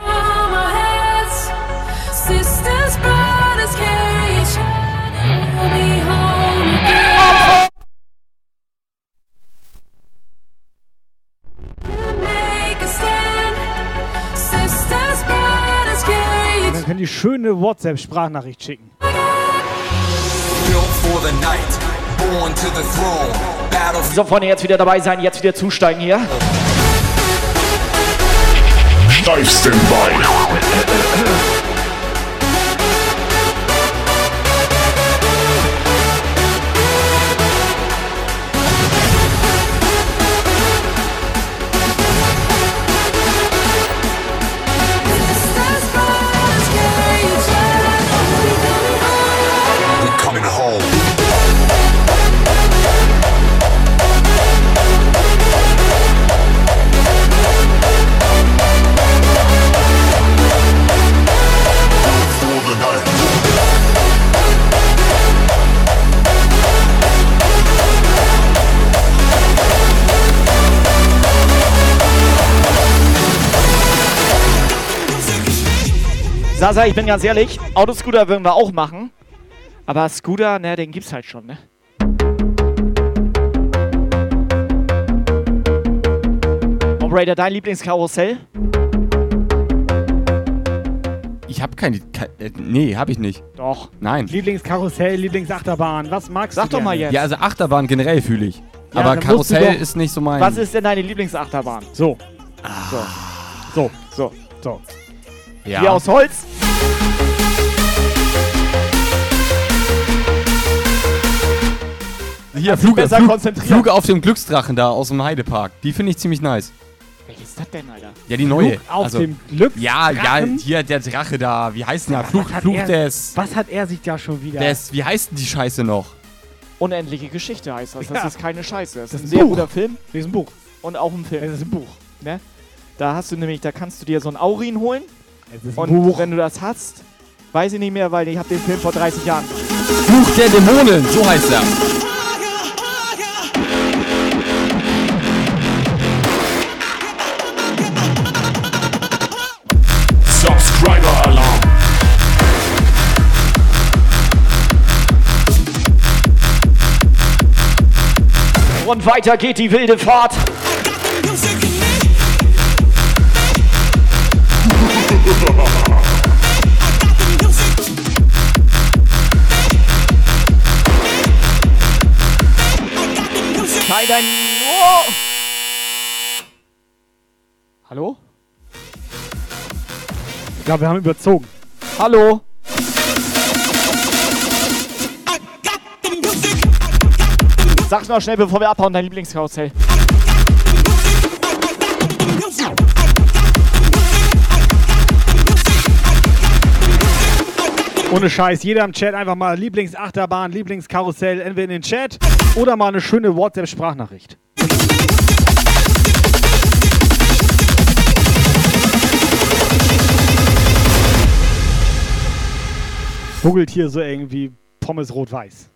Und dann können die schöne WhatsApp-Sprachnachricht schicken. So, Freunde, jetzt wieder dabei sein, jetzt wieder zusteigen hier. Steif Standby. Sasa, ich bin ganz ehrlich, Autoscooter würden wir auch machen. Aber Scooter, ne, den gibt's halt schon, ne? Operator, dein Lieblingskarussell? Ich habe keine. Nee, habe ich nicht. Doch. Nein. Lieblingskarussell, Lieblingsachterbahn, was magst du? Sag doch mal jetzt. Ja, also Achterbahn generell fühle ich. Ja, aber dann Karussell ist nicht so mein. Was ist denn deine Lieblingsachterbahn? So. So. Ja. Die aus Holz? Hier, Flug auf dem Glücksdrachen da aus dem Heidepark. Die finde ich ziemlich nice. Welches ist das denn, Alter? Ja, die neue. Flug auf dem Glücksdrachen? Ja, hier der Drache da. Wie heißt denn der? Fluch des... Was hat er sich da schon wieder... Wie heißt denn die Scheiße noch? Unendliche Geschichte heißt das. Ja. Das ist keine Scheiße. Das ist ein ein sehr Buch. guter Film. Das ist ein Buch. Und auch ein Film. Das ist ein Buch. Ne? Da kannst du dir so ein Aurin holen. Es ist Und ein Buch. wenn du das hast, weiß ich nicht mehr, weil ich habe den Film vor 30 Jahren. Fluch der Dämonen, so heißt er. Subscriber Alarm. Und weiter geht die wilde Fahrt. Kein oh. Hallo? Ich glaube, wir haben überzogen. Hallo? Sag's noch schnell, bevor wir abhauen, dein Lieblingskarussell. Ohne Scheiß, jeder im Chat einfach mal Lieblingsachterbahn, Lieblingskarussell, entweder in den Chat oder mal eine schöne WhatsApp-Sprachnachricht. Buggelt hier so irgendwie Pommes rot-weiß.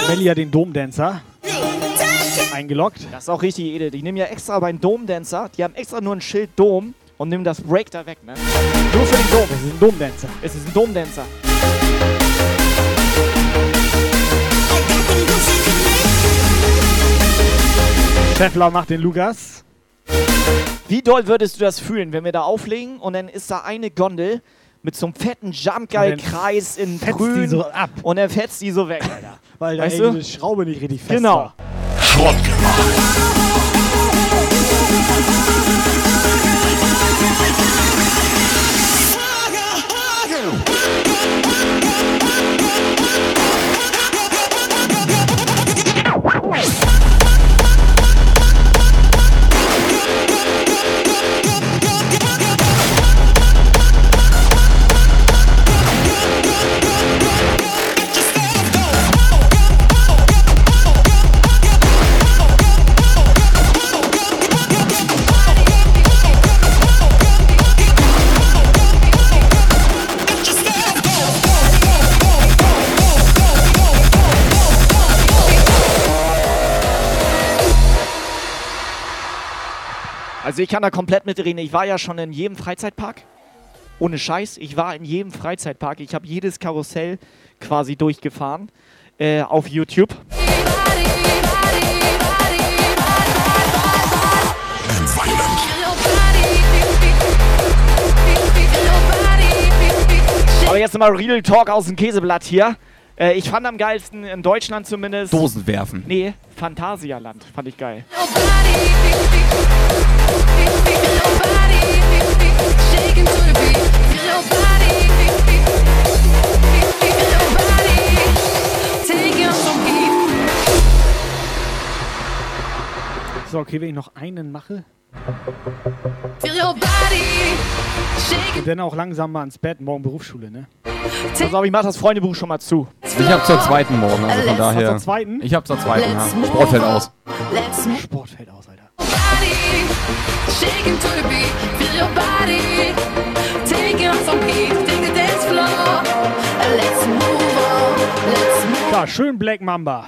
Melli hat den Domdancer eingeloggt. Das ist auch richtig, Ede. Die nehmen ja extra beim Domdancer, die haben extra nur ein Schild Dom und nehmen das Break da weg, ne? Nur für den Dom. Es ist ein Domdancer. Es ist ein Domdancer. Scheffler macht den Lukas. Wie doll würdest du das fühlen, wenn wir da auflegen und dann ist da eine Gondel mit so einem fetten Jumpgeil-Kreis in grün die so ab. und dann fetzt die so weg, Alter. Weil da Weißt irgendwie du? die Schraube nicht richtig fest Genau. war. Schrott gemacht. Also ich kann da komplett mitreden. Ich war ja schon in jedem Freizeitpark. Ohne Scheiß. Ich war in jedem Freizeitpark. Ich habe jedes Karussell quasi durchgefahren. Auf YouTube. Aber jetzt mal Real Talk aus dem Käseblatt hier. Ich fand am geilsten, in Deutschland zumindest... Dosen werfen. Nee, Phantasialand. Fand ich geil. Ist doch okay, wenn ich noch einen mache? Und dann auch langsam mal ins Bett, morgen Berufsschule, ne? Also, ich mach das Freundebuch schon mal zu. Ich hab zur zweiten morgen, also von daher. Zur zweiten? Ich hab zur zweiten, ja. Sport fällt aus. Sport fällt aus, Alter. Da, schön Black Mamba.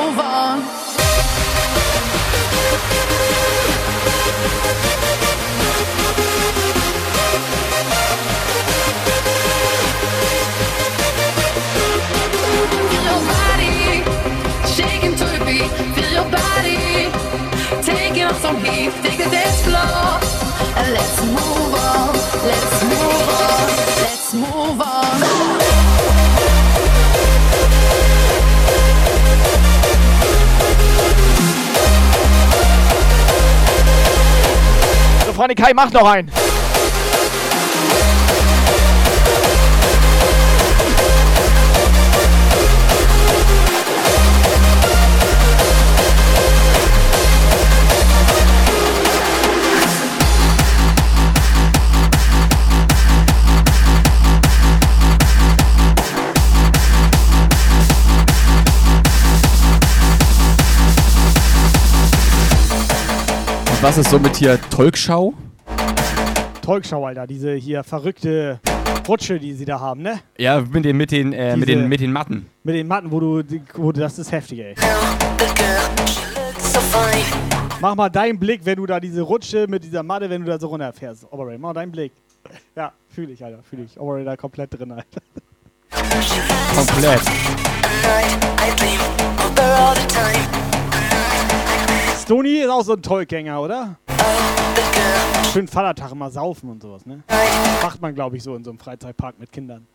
Also, Freunde, Kai, mach noch einen. Was ist so mit hier Talkshow? Talkshow, Alter, diese hier verrückte Rutsche, die sie da haben, ne? Ja, mit den Matten. Mit den Matten, das ist heftig, ey. Mach mal deinen Blick, wenn du da diese Rutsche mit dieser Matte, wenn du da so runterfährst. Oberray, mach deinen Blick. Ja, fühl ich, Alter, fühl ich. Oberray da komplett drin, Alter. Komplett. Stony ist auch so ein Tollgänger, oder? Schön Vatertag immer saufen und sowas, ne? Macht man, glaube ich, so in so einem Freizeitpark mit Kindern.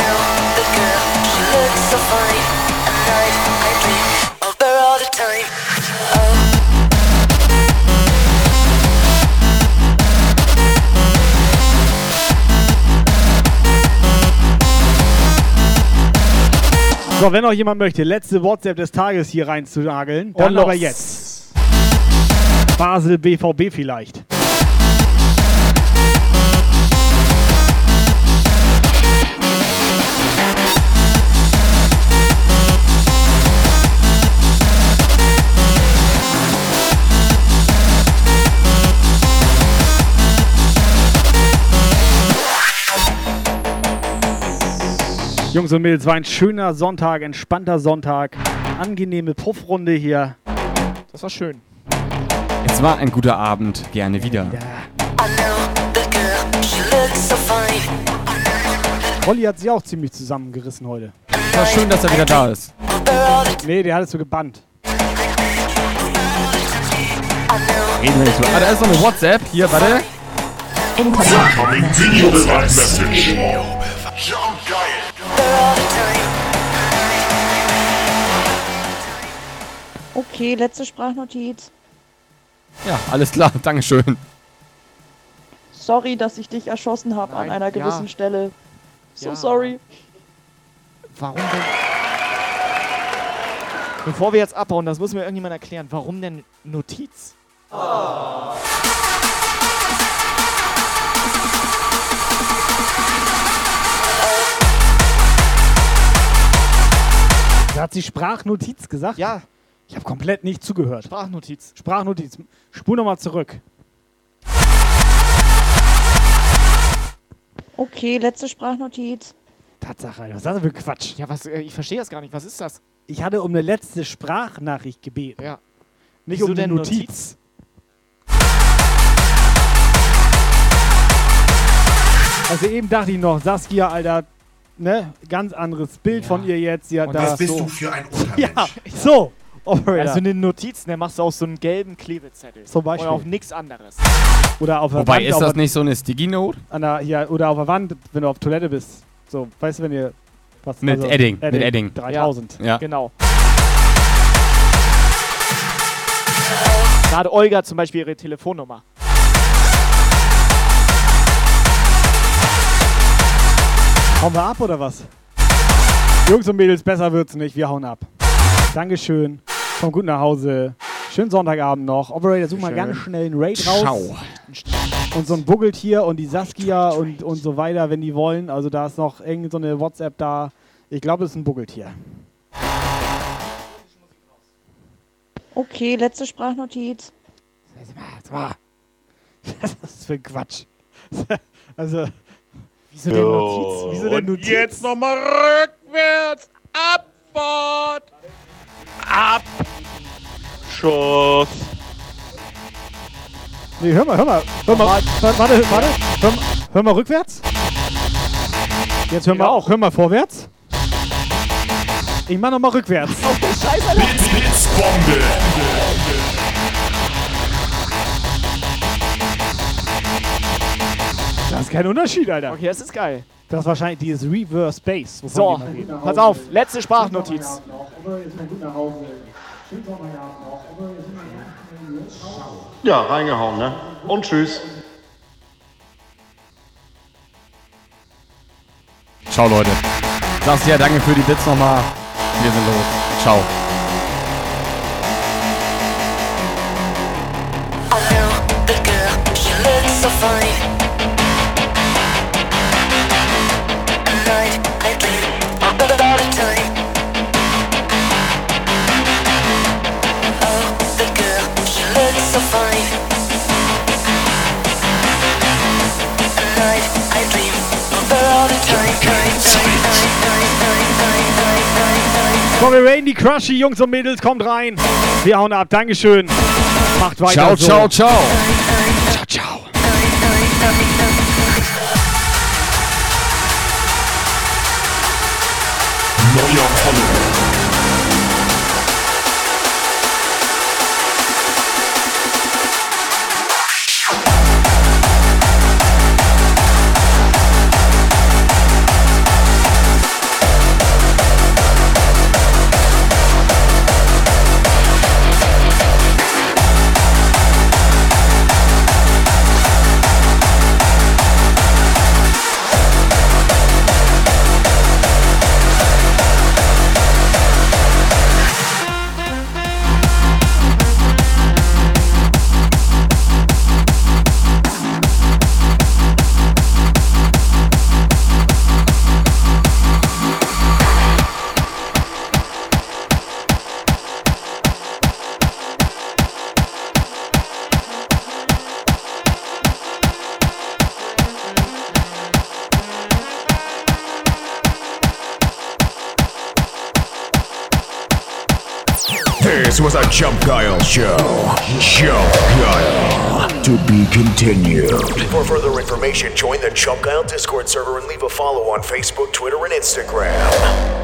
So, wenn noch jemand möchte, letzte WhatsApp des Tages hier reinzunageln, dann aber jetzt. Basel BVB vielleicht. Jungs und Mädels, war ein schöner Sonntag, entspannter Sonntag. angenehme Puffrunde hier. Das war schön. Es war ein guter Abend. Gerne wieder. Olli hat sich auch ziemlich zusammengerissen heute. War schön, dass er wieder da ist. Nee, der hat es so gebannt. Reden wir nicht so. Ah, da ist noch eine WhatsApp. Hier, warte. Incoming video message. Okay, letzte Sprachnotiz. Ja, alles klar. Dankeschön. Sorry, dass ich dich erschossen habe an einer gewissen Stelle. So sorry. Warum denn? Bevor wir jetzt abhauen, das muss mir irgendjemand erklären. Warum denn Notiz? Oh. Da hat sie Sprachnotiz gesagt? Ja. Ich habe komplett nicht zugehört. Sprachnotiz. Sprachnotiz. Spul nochmal zurück. Okay, letzte Sprachnotiz. Tatsache, was ist das denn für Quatsch? Ja, was? Ich verstehe das gar nicht. Was ist das? Ich hatte um eine letzte Sprachnachricht gebeten. Ja. Nicht Wieso um eine denn Notiz. Also eben dachte ich noch, Saskia, Alter, ne? Ganz anderes Bild von ihr jetzt. Sie hat Und da was bist so du für ein Untermensch? Ja, so. Operator. Also eine Notiz, ne, machst du auf so einen gelben Klebezettel. Zum Beispiel. Oder auf nichts anderes. Oder auf der Wobei, Wand. ist das nicht so eine Sticky Note? Oder auf der Wand, wenn du auf Toilette bist. So, weißt du, wenn ihr... Was, Mit Edding. Mit Edding. 3000. Ja. Genau. Da hat Olga zum Beispiel ihre Telefonnummer. Hauen wir ab oder was? Jungs und Mädels, besser wird's nicht. Wir hauen ab. Dankeschön. Komm gut nach Hause. Schönen Sonntagabend noch. Operator, such mal ganz schnell einen Raid raus. Ciao. Und so ein Buggeltier und die Saskia und so weiter, wenn die wollen. Also da ist noch irgend so eine WhatsApp da. Ich glaube, es ist ein Buggeltier. Okay, letzte Sprachnotiz. Was ist für ein Quatsch? Also, wieso denn Notiz? Wieso denn Notiz? Jetzt nochmal rückwärts. Abfahrt. Abschuss. Nee, hör mal. Warte. Hör mal rückwärts. Jetzt hör mal vorwärts. Ich mach nochmal rückwärts. Auf der Scheiße, Alter. Blitzbombe. Das ist kein Unterschied, Alter. Okay, das ist geil. Das ist wahrscheinlich dieses Reverse Bass. So, pass auf. Letzte Sprachnotiz. Ja, reingehauen, ne? Und tschüss. Ciao, Leute. Sag's ja, danke für die Bits nochmal. Wir sind los. Ciao. Bobby Rain, die Crushy, Jungs und Mädels, kommt rein. Wir hauen ab, Dankeschön. Macht weiter Ciao, so. ciao, ciao. Ciao, ciao. Neuer Follower. This was a Jump Guile show. Jump Guile. To be continued. For further information, join the Jump Guile Discord server and leave a follow on Facebook, Twitter, and Instagram.